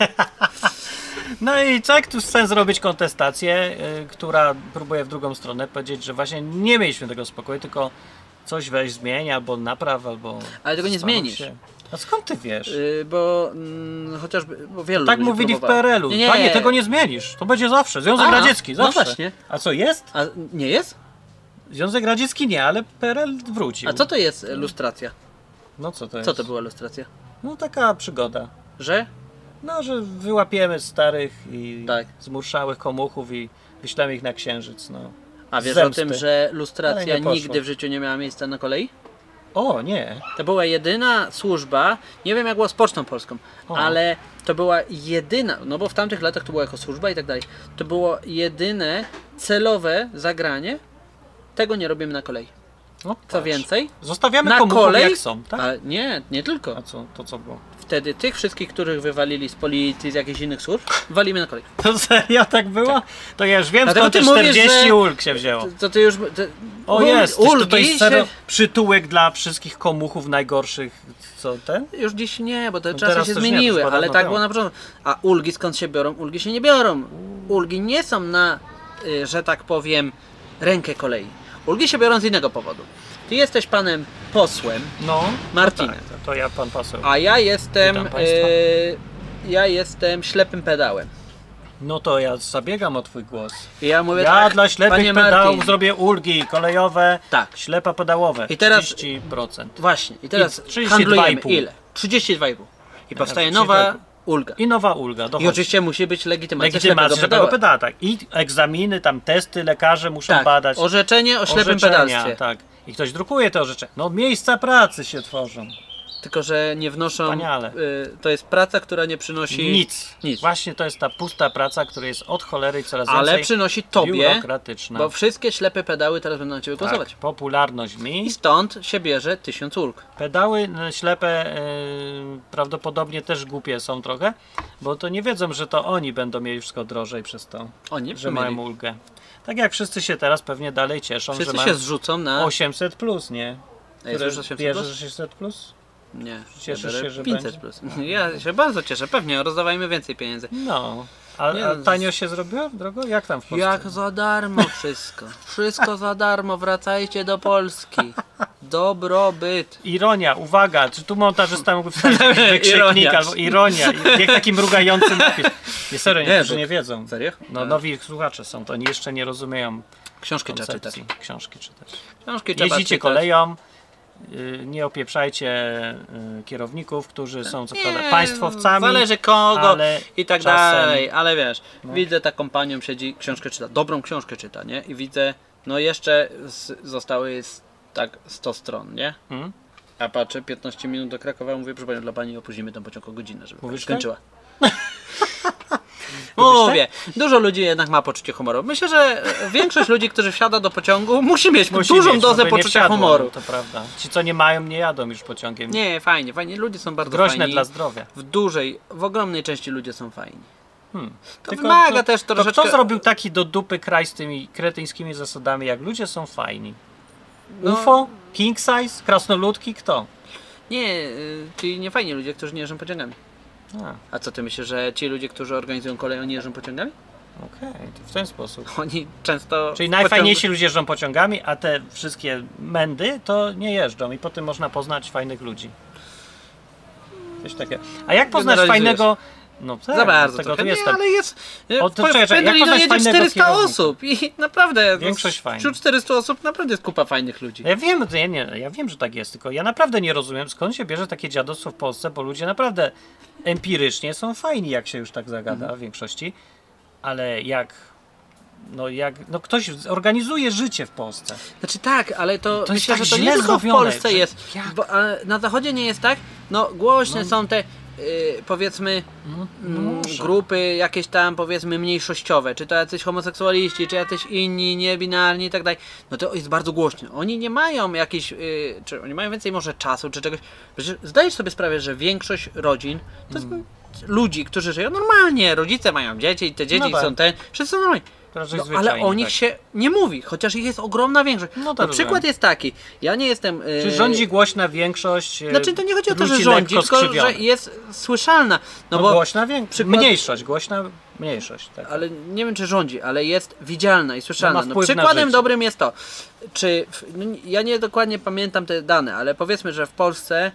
No i co, jak tu chcę zrobić kontestację, która próbuje w drugą stronę powiedzieć, że właśnie nie mieliśmy tego spokoju, tylko coś weź zmień, albo napraw, albo... Ale tego nie zastanów zmienisz. się. A skąd ty wiesz? Bo chociażby bo wielu Tak ludzi mówili w próbowało. PRL-u. Panie, tego nie zmienisz. To będzie zawsze. Związek A, Radziecki, no zawsze. właśnie. A co jest? A nie jest? Związek Radziecki nie, ale PRL wrócił. A co to jest lustracja? No co to jest? Co to była lustracja? No taka przygoda. Że? No, że wyłapiemy starych i Tak. zmurszałych komuchów i wyślemy ich na księżyc, no. A wiesz Zemsty. o tym, że Ale lustracja nie poszło. nigdy w życiu nie miała miejsca na kolei? O, nie. To była jedyna służba, nie wiem jak było z Pocztą Polską, O. ale to była jedyna, no bo w tamtych latach to było jako służba i tak dalej, to było jedyne celowe zagranie, tego nie robimy na kolei. No, Co patrz. więcej, Zostawiamy na komuchów kolei, jak są, tak? a nie tylko. A co, to co było? Wtedy tych wszystkich, których wywalili z policji, z jakichś innych służb, walimy na kolei. To serio tak było? To ja już wiem, Dlatego skąd ty te mówisz, 40 że- ulg się wzięło. To ty już... O jest, to ulgi jest serio się... przytułek dla wszystkich komuchów najgorszych, co ten? Już dziś nie, bo te No czasy teraz się też nie, zmieniły, to już ale dawno tak temu. było na początku. A ulgi skąd się biorą? Ulgi się nie biorą. Ulgi nie są na, że tak powiem, rękę kolei. Ulgi się biorą z innego powodu. Ty jesteś panem posłem, No, Martinem. No tak, to ja pan poseł. a ja jestem, Witam państwa. ja jestem ślepym pedałem. No to ja zabiegam o twój głos. I ja mówię Ja tak, dla ślepych panie pedałów Martin, zrobię ulgi kolejowe, Tak. ślepa pedałowe. I teraz- 30%. Właśnie, i teraz I 32,5. handlujemy. Ile? 32,5. I powstaje nowa 32,5. ulga. I nowa ulga, I dochodzi. oczywiście musi być legitymacja Legitymacja ślepego ślepego pedała. pedała, tak. I egzaminy, tam testy, lekarze muszą Tak, badać. orzeczenie o ślepym orzeczenia, pedalstwie. tak. I ktoś drukuje te orzeczenia. No miejsca pracy się tworzą. Tylko, że nie wnoszą. Wspaniale. To jest praca, która nie przynosi Nic. Właśnie to jest ta pusta praca, która jest od cholery i coraz Ale więcej przynosi tobie, biurokratyczna. bo wszystkie ślepe pedały teraz będą na ciebie głosować. Tak, popularność mi. I stąd się bierze 1000 ulg. Pedały ślepe prawdopodobnie też głupie są trochę, bo to nie wiedzą, że to oni będą mieli wszystko drożej przez to, Oni że mają ulgę. Tak jak wszyscy się teraz pewnie dalej cieszą, Wszyscy że się mają zrzucą na. 800 plus, nie? A jest już 800 Bierzesz plus? 600 plus? Nie, Cieszysz ja biorę się, że 500 będzie? plus. Ja się bardzo cieszę, pewnie rozdawajmy więcej pieniędzy. No. Nie, A tanio się zrobiło, drogo? Jak tam w Polsce? Jak za darmo wszystko. Wszystko za darmo, wracajcie do Polski. Dobrobyt. Ironia, uwaga, czy tu montażysta mógł wstawić wykrzyknik Ironia. albo ironia, jak taki mrugający napis. Nie, serio, niektórzy bo- nie wiedzą. Serio? No nowi słuchacze są, to oni jeszcze nie rozumieją Książki trzeba czytać. koncepcji. Książki czytać. Książki trzeba Jeździcie czytać. koleją, nie opieprzajcie kierowników, którzy są co prawda Nie, państwowcami. Zależy kogo ale i tak czasem- dalej, ale wiesz, widzę taką panią siedzi, książkę czyta, dobrą książkę czyta, nie? I widzę, no jeszcze zostały tak 100 stron, nie? Hmm? A patrzę, 15 minut do Krakowa, mówię, proszę panią, dla pani opóźnimy ten pociąg o godzinę, żeby Mówisz skończyła. Mówię, dużo ludzi jednak ma poczucie humoru. Myślę, że większość ludzi, którzy wsiada do pociągu, musi mieć dużą dozę by nie poczucia wsiadło, humoru. no to prawda. Ci, co nie mają, nie jadą już pociągiem. Nie, fajnie. Ludzie są bardzo Groźne fajni. dla zdrowia. W ogromnej części ludzie są fajni. To Tylko wymaga też to troszeczkę... kto zrobił taki do dupy kraj z tymi kretyńskimi zasadami, jak ludzie są fajni? No. UFO? King size? Krasnoludki? Kto? Nie, ci nie fajni ludzie, którzy nie jeżdżą pociągami. A, A co ty myślisz, że ci ludzie, którzy organizują kolej, oni jeżdżą pociągami? okej, to w ten sposób. Oni często... Czyli najfajniejsi ludzie jeżdżą pociągami, a te wszystkie mędy to nie jeżdżą i potem można poznać fajnych ludzi. Coś takiego. A jak poznać Generalizujesz. fajnego... No tak, Za bardzo tego trochę. tu Nie, jestem. ale jest... O, to czekaj, jak Pendolino poznać jedzie fajnego 400 kierownika? osób i naprawdę... Większość fajnych. Wśród 400 osób naprawdę jest kupa fajnych ludzi. Ja wiem, że tak jest, tylko ja naprawdę nie rozumiem, skąd się bierze takie dziadostwo w Polsce, bo ludzie naprawdę empirycznie są fajni, jak się już tak zagada w większości, ale ktoś organizuje życie w Polsce. Znaczy tak, ale to To jest myślę, tak że to nie źle tylko zrobione, w Polsce że- jest. jak? Bo, a na zachodzie nie jest tak. No głośne są te powiedzmy może. grupy jakieś tam powiedzmy mniejszościowe, czy to jacyś homoseksualiści, czy jacyś inni, niebinarni i tak dalej. No to jest bardzo głośno. Oni nie mają jakiejś, czy oni mają więcej może czasu, czy czegoś. Przecież zdajesz sobie sprawę, że większość rodzin to jest ludzi, którzy żyją normalnie, rodzice mają dzieci i te dzieci tak. są wszyscy są normalni. Raczej No, ale zwyczajnie, o nich tak. się nie mówi, chociaż ich jest ogromna większość. No No, to przykład rozumiem. jest taki, ja nie jestem... Czy rządzi głośna większość? Znaczy to nie chodzi o to, że ludzi rządzi, lekko tylko że skrzywionych? jest słyszalna. No bo, głośna większość. przykład- Mniejszość, głośna mniejszość. Tak. ale nie wiem czy rządzi, ale jest widzialna i słyszalna. No, ma No, wpływ na przykładem życie. dobrym jest to, czy... ja nie dokładnie pamiętam te dane, ale powiedzmy, że w Polsce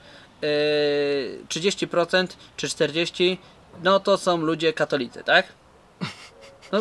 30% czy 40% no to są ludzie katolicy, tak? No,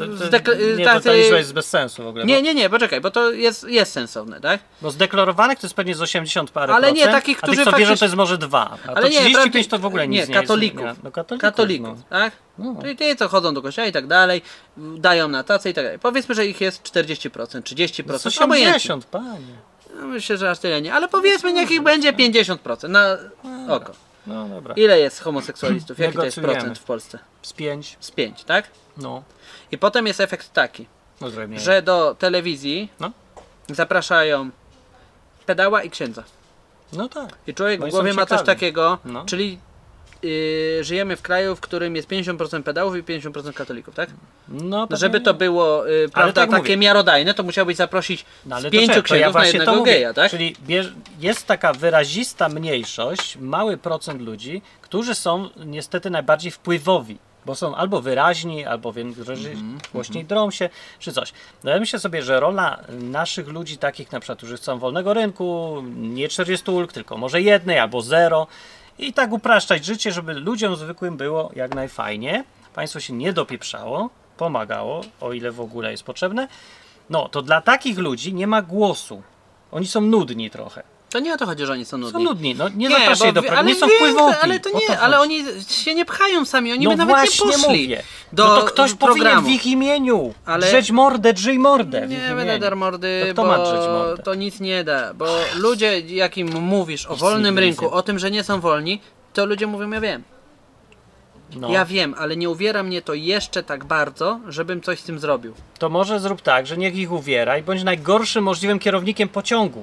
Ta liczba jest bez sensu w ogóle. nie, poczekaj, bo to jest sensowne, tak? Bo zdeklarowanych to jest pewnie z 80 parę Ale nie, procent, takich, a którzy tych, co wierzą, faktycznie- to jest może 2. A Ale to nie, 35 to w ogóle nic nie, katolików. jest. No, Katolików, tak? No. Czyli ci, co chodzą do kościoła i tak dalej, dają na tacy i tak dalej. Powiedzmy, że ich jest 40%, 30%, obojętnie. 80, panie. No, myślę, że aż tyle nie, ale powiedzmy, niech ich będzie 50% na oko. No dobra. Ile jest homoseksualistów? Jaki to jest Negocjujemy. procent w Polsce? Z 5. Z 5, tak? No. I potem jest efekt taki, No zrobię. że do telewizji No. zapraszają pedała i księdza. No tak. I człowiek No i w głowie są ma coś ciekawi. takiego, No. czyli żyjemy w kraju, w którym jest 50% pedałów i 50% katolików, tak? No, No, żeby pewnie to było prawda, tak takie mówię. miarodajne, to musiałbyś zaprosić No, z ale 5 to ja księdzów na właśnie to jednego mówię. geja, tak? Czyli jest taka wyrazista mniejszość, mały procent ludzi, którzy są niestety najbardziej wpływowi, bo są albo wyraźni, albo głośniej drą się, czy coś. No ja myślę sobie, że rola naszych ludzi, takich na przykład, którzy chcą wolnego rynku, nie 40 ulg, tylko może jednej albo 0, i tak upraszczać życie, żeby ludziom zwykłym było jak najfajniej. Państwo się nie dopieprzało, pomagało, o ile w ogóle jest potrzebne. No, to dla takich ludzi nie ma głosu. Oni są nudni trochę. To nie o to chodzi, że oni są nudni. Są nudni, no nie zapraszaj do ale nie są wiem, wpływowi. ale to O nie, chodzi. ale oni się nie pchają sami, oni no by nawet nie właśnie poszli mówię. do No to ktoś powinien programu. w ich imieniu Ale- drzeć mordę, drzyj mordę. w ich Nie imieniu. będę dar mordy, To kto bo ma drzeć mordę? to nic nie da, bo ludzie, jakim mówisz o Nic wolnym nie rynku, widzę. o tym, że nie są wolni, to ludzie mówią, ja wiem. No, Ja wiem, ale nie uwiera mnie to jeszcze tak bardzo, żebym coś z tym zrobił. to może zrób tak, że niech ich uwiera i bądź najgorszym możliwym kierownikiem pociągu.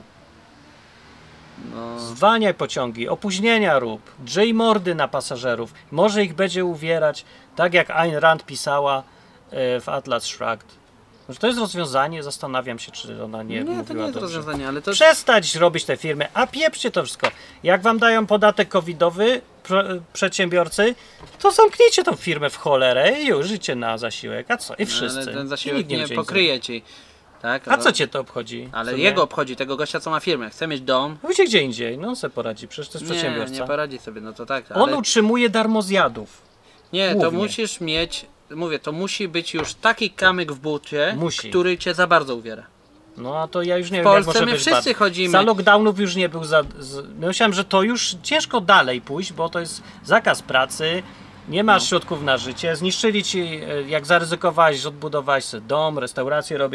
No. Zwalniaj pociągi, opóźnienia rób, drzyj mordy na pasażerów. Może ich będzie uwierać, tak jak Ayn Rand pisała w Atlas Shrugged. Może to jest rozwiązanie? Zastanawiam się, czy ona nie mówiła to nie jest dobrze. rozwiązanie, ale to... Przestać robić te firmy, a pieprzcie to wszystko. Jak wam dają podatek covidowy przedsiębiorcy, to zamknijcie tą firmę w cholerę i już życie na zasiłek. A co? I wszyscy. Ale ten I zasiłek nikt nie będzie pokryje ci. Tak? nic. A co cię to obchodzi? Ale W sumie? jego obchodzi, tego gościa, co ma firmę. Chce mieć dom. No wiecie gdzie indziej, no on se poradzi, przecież to jest przedsiębiorca. Nie poradzi sobie, no to tak. On Ale... utrzymuje darmozjadów. Nie, to głównie. musisz mieć... Mówię, to musi być już taki kamyk w bucie, Musi. który cię za bardzo uwiera. No a to ja już nie wiem, Polsce jak może my być wszyscy bardziej. chodzimy. Za lockdownów już nie był myślałem, że to już ciężko dalej pójść, bo to jest zakaz pracy, nie masz środków na życie, zniszczyli ci, jak zaryzykowałeś, że odbudowałeś sobie dom, restaurację robisz,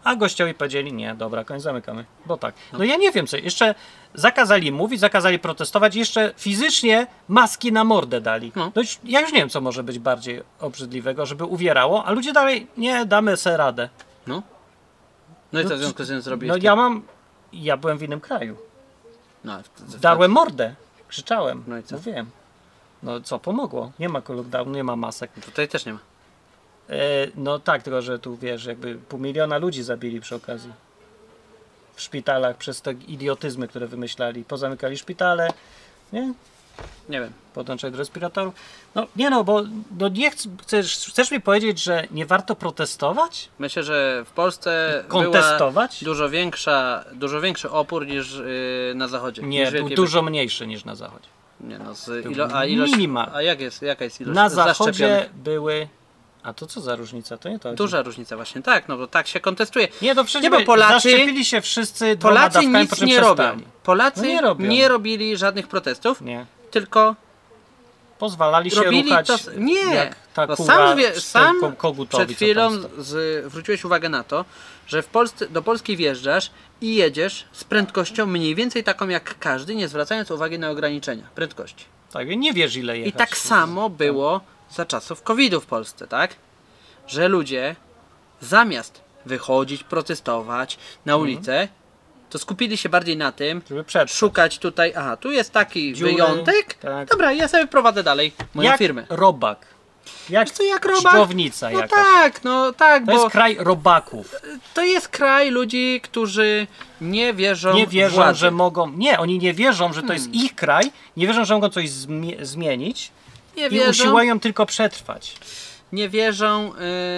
A gościowi powiedzieli, nie, dobra, koniec, zamykamy. Bo tak. No ja nie wiem co, jeszcze zakazali mówić, zakazali protestować, jeszcze fizycznie maski na mordę dali. No. No ja już nie wiem, co może być bardziej obrzydliwego, żeby uwierało, a ludzie dalej, nie, damy sobie radę. No. No i co w związku z tym zrobiłeś? No ja byłem w innym kraju. No, Darłem mordę, krzyczałem, No i co? mówiłem. No co, pomogło. Nie ma lockdownu, nie ma masek. Tutaj też nie ma. No tak, tylko że tu wiesz, jakby 500 000 ludzi zabili przy okazji. W szpitalach przez te idiotyzmy, które wymyślali. Pozamykali szpitale, nie? Nie wiem. Podłączali do respiratorów. No nie no, bo no nie chcesz mi powiedzieć, że nie warto protestować? Myślę, że w Polsce Kontestować? była dużo większy opór niż na zachodzie. Nie, niż był dużo mniejszy niż na zachodzie. Nie no, minimal. A jaka jest ilość Na zachodzie zaszczepionych? były... A to co za różnica? To nie to. Duża różnica właśnie, tak, no bo tak się kontestuje. Nie, to przecież Nie, bo Polacy- zaszczepili się wszyscy dwoma Polacy dawkami, po nic czym nie przestali. robią. Polacy No nie robią. nie robili żadnych protestów, Nie. tylko Pozwalali się robili ruchać to. Nie, jak ta bo kura sam kogutowi, przed co chwilą tam stoi. zwróciłeś uwagę na to, że w Polsce, do Polski wjeżdżasz i jedziesz z prędkością mniej więcej taką jak każdy, nie zwracając uwagi na ograniczenia prędkości. Tak, nie wiesz ile jechać. I tak samo było za czasów COVID-u w Polsce, tak? Że ludzie zamiast wychodzić, protestować na ulicę, to skupili się bardziej na tym, Żeby przetrwać. szukać tutaj, aha, tu jest taki Dziury, wyjątek, tak. dobra, ja sobie prowadzę dalej moją Jak firmę. robak. Jak Co jak robak? szkłownica No jakaś. tak, no tak, To bo jest kraj robaków. to jest kraj ludzi, którzy nie wierzą Nie w wierzą, władzę. że mogą... Nie, oni nie wierzą, że to jest ich kraj. Nie wierzą, że mogą coś zmienić. Nie I wierzą, usiłują tylko przetrwać. nie wierzą,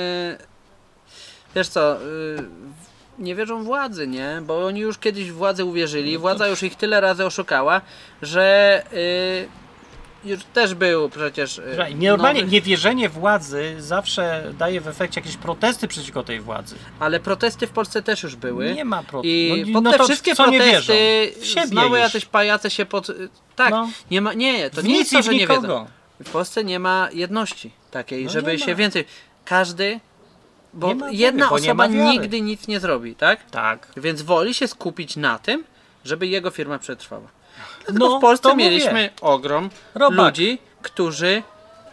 wiesz co, nie wierzą władzy, nie? Bo oni już kiedyś w władzę uwierzyli, władza już ich tyle razy oszukała, że już też był przecież... Normalnie nowy- niewierzenie władzy zawsze daje w efekcie jakieś protesty przeciwko tej władzy. Ale protesty w Polsce też już były. Nie ma protestów. I No pod te to wszystkie w co nie protesty wierzą? W siebie znowu już. jacyś pajace się pod... Tak, No. nie ma, nie, to W nie nic jest i to, w że nie wiedzą. nikogo. W Polsce nie ma jedności takiej, No żeby nie się ma. więcej... Każdy... Bo Nie ma głowy, jedna bo nie osoba ma wiary. nigdy nic nie zrobi, tak? Tak. Więc woli się skupić na tym, żeby jego firma przetrwała. Dlatego No, w Polsce to mówię. mieliśmy ogrom Robak. ludzi, którzy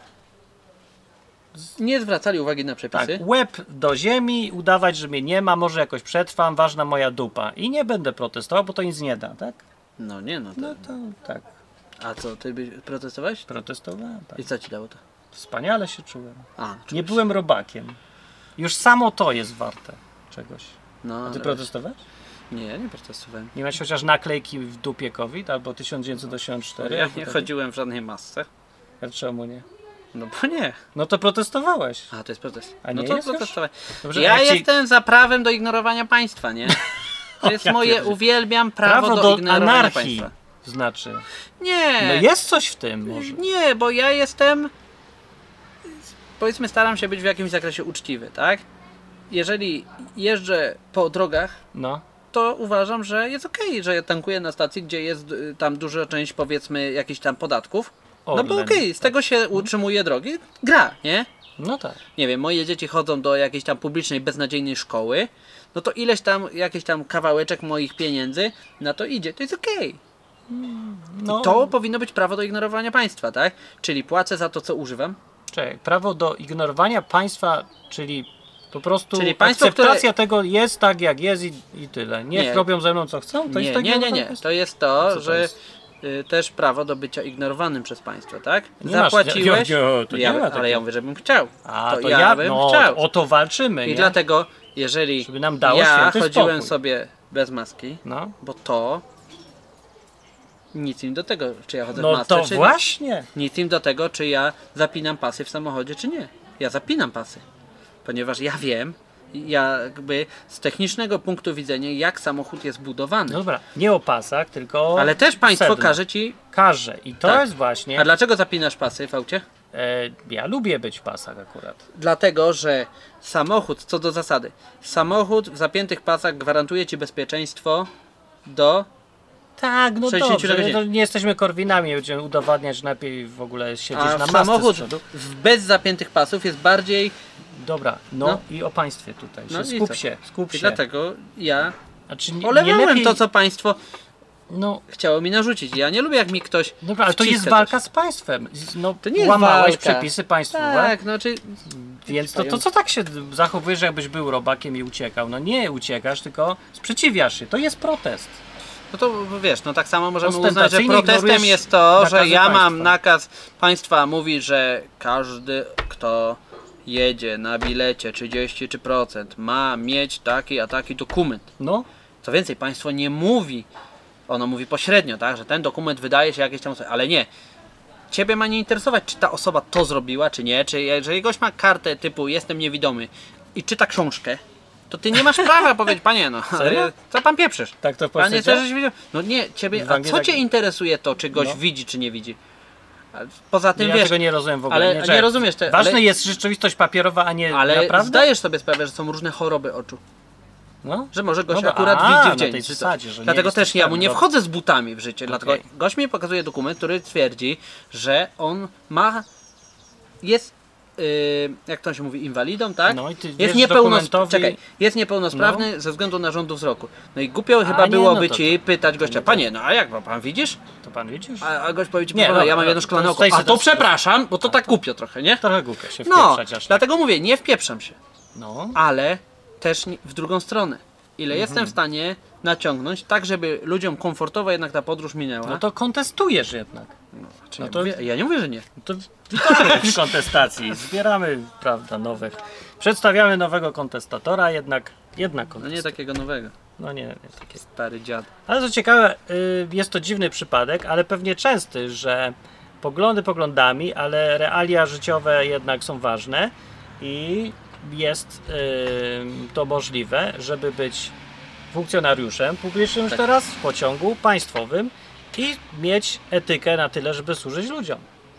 nie zwracali uwagi na Tak, przepisy. łeb do ziemi, udawać, że mnie nie ma, może jakoś przetrwam, ważna moja dupa. I nie będę protestował, bo to nic nie da, tak? No nie, no to... No to tak, A co, ty byś protestowałeś? protestowałem. Tak. I co ci dało to? Wspaniale się czułem. A, Nie byłem robakiem. Już samo to jest warte czegoś. no, A ty ale- protestowałeś? Nie protestowałem. Nie masz chociaż naklejki w dupie COVID albo 1984? Ja albo nie tak? chodziłem w żadnej masce. A czemu nie? No bo nie. No to protestowałeś. A, to jest protest. A No nie to jest już? protestowałem. Dobrze, Ja jak ci- jestem za prawem do ignorowania państwa, nie? To jest Ja moje, pierdzie- uwielbiam prawo do ignorowania anarchii. państwa. Znaczy. Nie. No jest coś w tym może. Nie, bo ja jestem... Powiedzmy, staram się być w jakimś zakresie uczciwy, tak? Jeżeli jeżdżę po drogach, No. to uważam, że jest okej, że ja tankuję na stacji, gdzie jest tam duża część, powiedzmy, jakichś tam podatków. No bo Orlen. okej, z tego się utrzymuje drogi. Gra, nie? No tak. Nie wiem, moje dzieci chodzą do jakiejś tam publicznej, beznadziejnej szkoły, no to ileś tam, jakiś tam kawałeczek moich pieniędzy na to idzie. To jest okej. No. To powinno być prawo do ignorowania państwa, tak? Czyli płacę za to, co używam. Czekaj, prawo do ignorowania państwa, czyli po prostu Czyli państwo, akceptacja tego jest tak jak jest i tyle. Niech Nie. robią ze mną co chcą? To Nie, jest tak nie. To jest Co to, to że jest? też prawo do bycia ignorowanym przez państwo, tak? Nie masz- Zapłaciłeś, nie, to nie ja, ma ale takiego. ja mówię, żebym chciał. A, to ja bym no, chciał. o to walczymy, I nie? dlatego, jeżeli Żeby nam dało ja święty chodziłem spokój. sobie bez maski, No, bo to nic im do tego, czy ja chodzę w no masce, to czy właśnie. nie. Nic im do tego, czy ja zapinam pasy w samochodzie, czy nie. Ja zapinam pasy, ponieważ ja wiem, jakby z technicznego punktu widzenia, jak samochód jest budowany. No dobra, nie o pasach, tylko Ale też państwo sedno. każe ci... Każe i to Tak. jest właśnie... A dlaczego zapinasz pasy w aucie? Ja lubię być w pasach akurat. Dlatego, że samochód, co do zasady, samochód w zapiętych pasach gwarantuje ci bezpieczeństwo do... Tak, no 60 dobrze, godzin. to nie jesteśmy Korwinami, nie będziemy udowadniać, że lepiej w ogóle siedzieć A na masce z samochód przodu. bez zapiętych pasów jest bardziej Dobra, no i o państwie tutaj. No i Skup co? się. I dlatego ja Znaczy, nie olewałem lepiej... to, co państwo No, chciało mi narzucić. Ja nie lubię, jak mi ktoś dobra, ale to jest wciska walka coś. z państwem. No, To nie jest łamałeś walka. przepisy państwowe, Tak, znaczy... więc to co tak się zachowujesz, że jakbyś był robakiem i uciekał? No nie uciekasz, tylko sprzeciwiasz się. To jest protest. No to wiesz, no tak samo możemy uznać, że Ostentacyjnie protestem ignorujesz jest to, że nakazy ja mam państwa. nakaz państwa mówi, że każdy, kto jedzie na bilecie 30% ma mieć taki a taki dokument. No, Co więcej, państwo nie mówi, ono mówi pośrednio, tak, że ten dokument wydaje się jakieś tam, ale nie. Ciebie ma nie interesować, czy ta osoba to zrobiła, czy nie, czy jeżeli gość ma kartę typu jestem niewidomy i czyta książkę, to ty nie masz prawa powiedzieć, panie, no, Serio? co pan pieprzysz? tak to w Panie Polsce też działa? żeś widział? No nie, ciebie, W a Anglii co tak- cię interesuje to, czy gość No. widzi, czy nie widzi? Poza tym Ja wiesz, tego nie rozumiem w ogóle. ale że nie rozumiesz te, ważne ale, jest rzeczywistość papierowa, a nie ale naprawdę? zdajesz sobie sprawę, że są różne choroby oczu. No? Że może gość No, akurat a, widzi na w dzień. tej czy to- zasadzie, że nie dlatego jesteś też ja mu pewny, nie dobra. wchodzę z butami w życie. Dlatego Okej. gość mi pokazuje dokument, który twierdzi, że on ma. Jest. Jak to się mówi, inwalidą, tak? No i ty jest, wiesz dokumentowi- Czekaj, jest niepełnosprawny ze względu na rząd wzroku. No i głupio chyba nie, byłoby no to- ci pytać gościa, nie, to- panie, no a jak pan widzisz? To pan widzisz? A gość powie ci, Nie, nie, no, ja mam ale jedno szklane to oko. z tej A to sytuacji- przepraszam, bo to tak głupio trochę, nie? Trochę głupio się No, wpieprzać aż tak. dlatego mówię, nie wpieprzam się. No. Ale też w drugą stronę. Ile Mhm. jestem w stanie naciągnąć, tak żeby ludziom komfortowo jednak ta podróż minęła. No to kontestujesz jednak. Czy no ja, to- mówię, ja nie mówię, że nie. To witamy w kontestacji. Zbieramy, prawda, nowych. Przedstawiamy nowego kontestatora, jednak No kontestator. nie takiego nowego. No nie takie. Stary dziad. Ale co ciekawe, jest to dziwny przypadek, ale pewnie częsty, że poglądy poglądami, ale realia życiowe jednak są ważne i jest to możliwe, żeby być funkcjonariuszem publicznym już Tak. teraz w pociągu państwowym i mieć etykę na tyle, żeby służyć ludziom.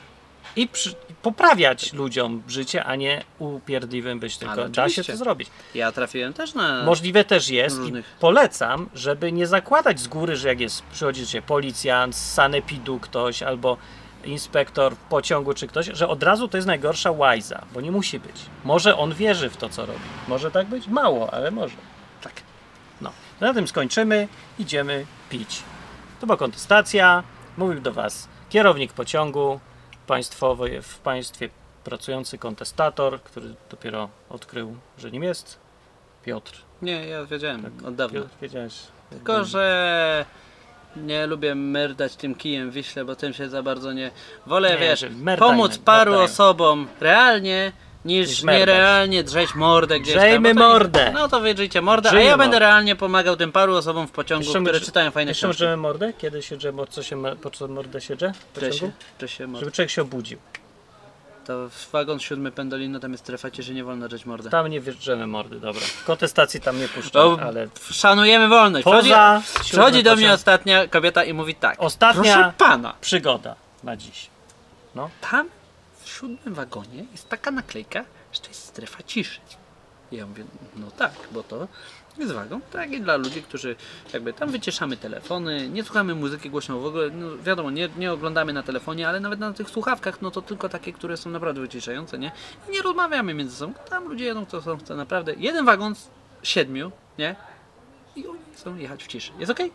I poprawiać ludziom życie, a nie upierdliwym być tylko. Ale Da się oczywiście. to zrobić. Ja trafiłem też na... Możliwe też jest różnych. i polecam, żeby nie zakładać z góry, że jak jest, przychodzi się policjant, z sanepidu ktoś albo inspektor w pociągu czy ktoś, że od razu to jest najgorsza łajza, bo nie musi być. Może on wierzy w to, co robi. Może tak być? Mało, ale może. Tak. No, na tym skończymy. Idziemy pić. To była kontestacja. Mówił do Was kierownik pociągu państwowy, w państwie pracujący kontestator, który dopiero odkrył, że nim jest Piotr. Nie, ja wiedziałem od dawna. Piotr, wiedziałeś. Tylko, że nie lubię merdać tym kijem w Wiśle, bo tym się za bardzo nie... Wolę, Nie, wiesz, że merdajmy, pomóc paru merdajmy. osobom realnie, Niż niż merdać. nierealnie drzeć mordę gdzieś Drzejmy tam. bo to nie- mordę. No to wydrzyjcie mordę, a Drzejmy ja mordę. będę realnie pomagał tym paru osobom w pociągu, które czytają fajne Jeszcze książki. możemy mordę? Kiedy się drze, po co mordę się drze? W pociągu? Czy się mordę. Żeby człowiek się obudził. To w wagon 7 Pendolino tam jest strefa ciszy, nie wolno drzeć mordę. Tam nie wjeżdżamy mordy, dobra. Kontestacji tam nie puszczam, To ale szanujemy wolność. poza Przychodzi do mnie pociąg- ostatnia kobieta i mówi tak. Ostatnia- Proszę pana, przygoda na dziś. tam w 7 wagonie jest taka naklejka, że to jest strefa ciszy. I ja mówię, no tak, bo to jest wagon, tak i dla ludzi, którzy jakby tam wyciszamy telefony, nie słuchamy muzyki głośno w ogóle, no wiadomo, nie oglądamy na telefonie, ale nawet na tych słuchawkach, no to tylko takie, które są naprawdę wyciszające, nie? I nie rozmawiamy między sobą, tam ludzie jedą, kto są, chce naprawdę. Jeden wagon z 7, nie? I oni chcą jechać w ciszy. Jest okej?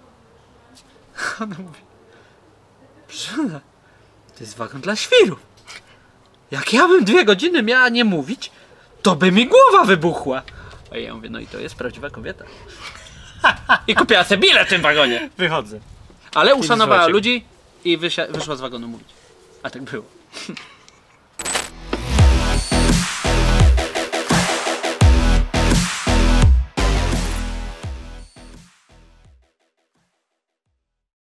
Ona mówi, proszę pana, to jest wagon dla świrów. Jak ja bym 2 godziny miała nie mówić, to by mi głowa wybuchła. A ja mówię, no i to jest prawdziwa kobieta. I kupiła sobie bilet w tym wagonie. Wychodzę. Ale uszanowała słuchajcie. ludzi i wyszła z wagonu mówić. A tak było.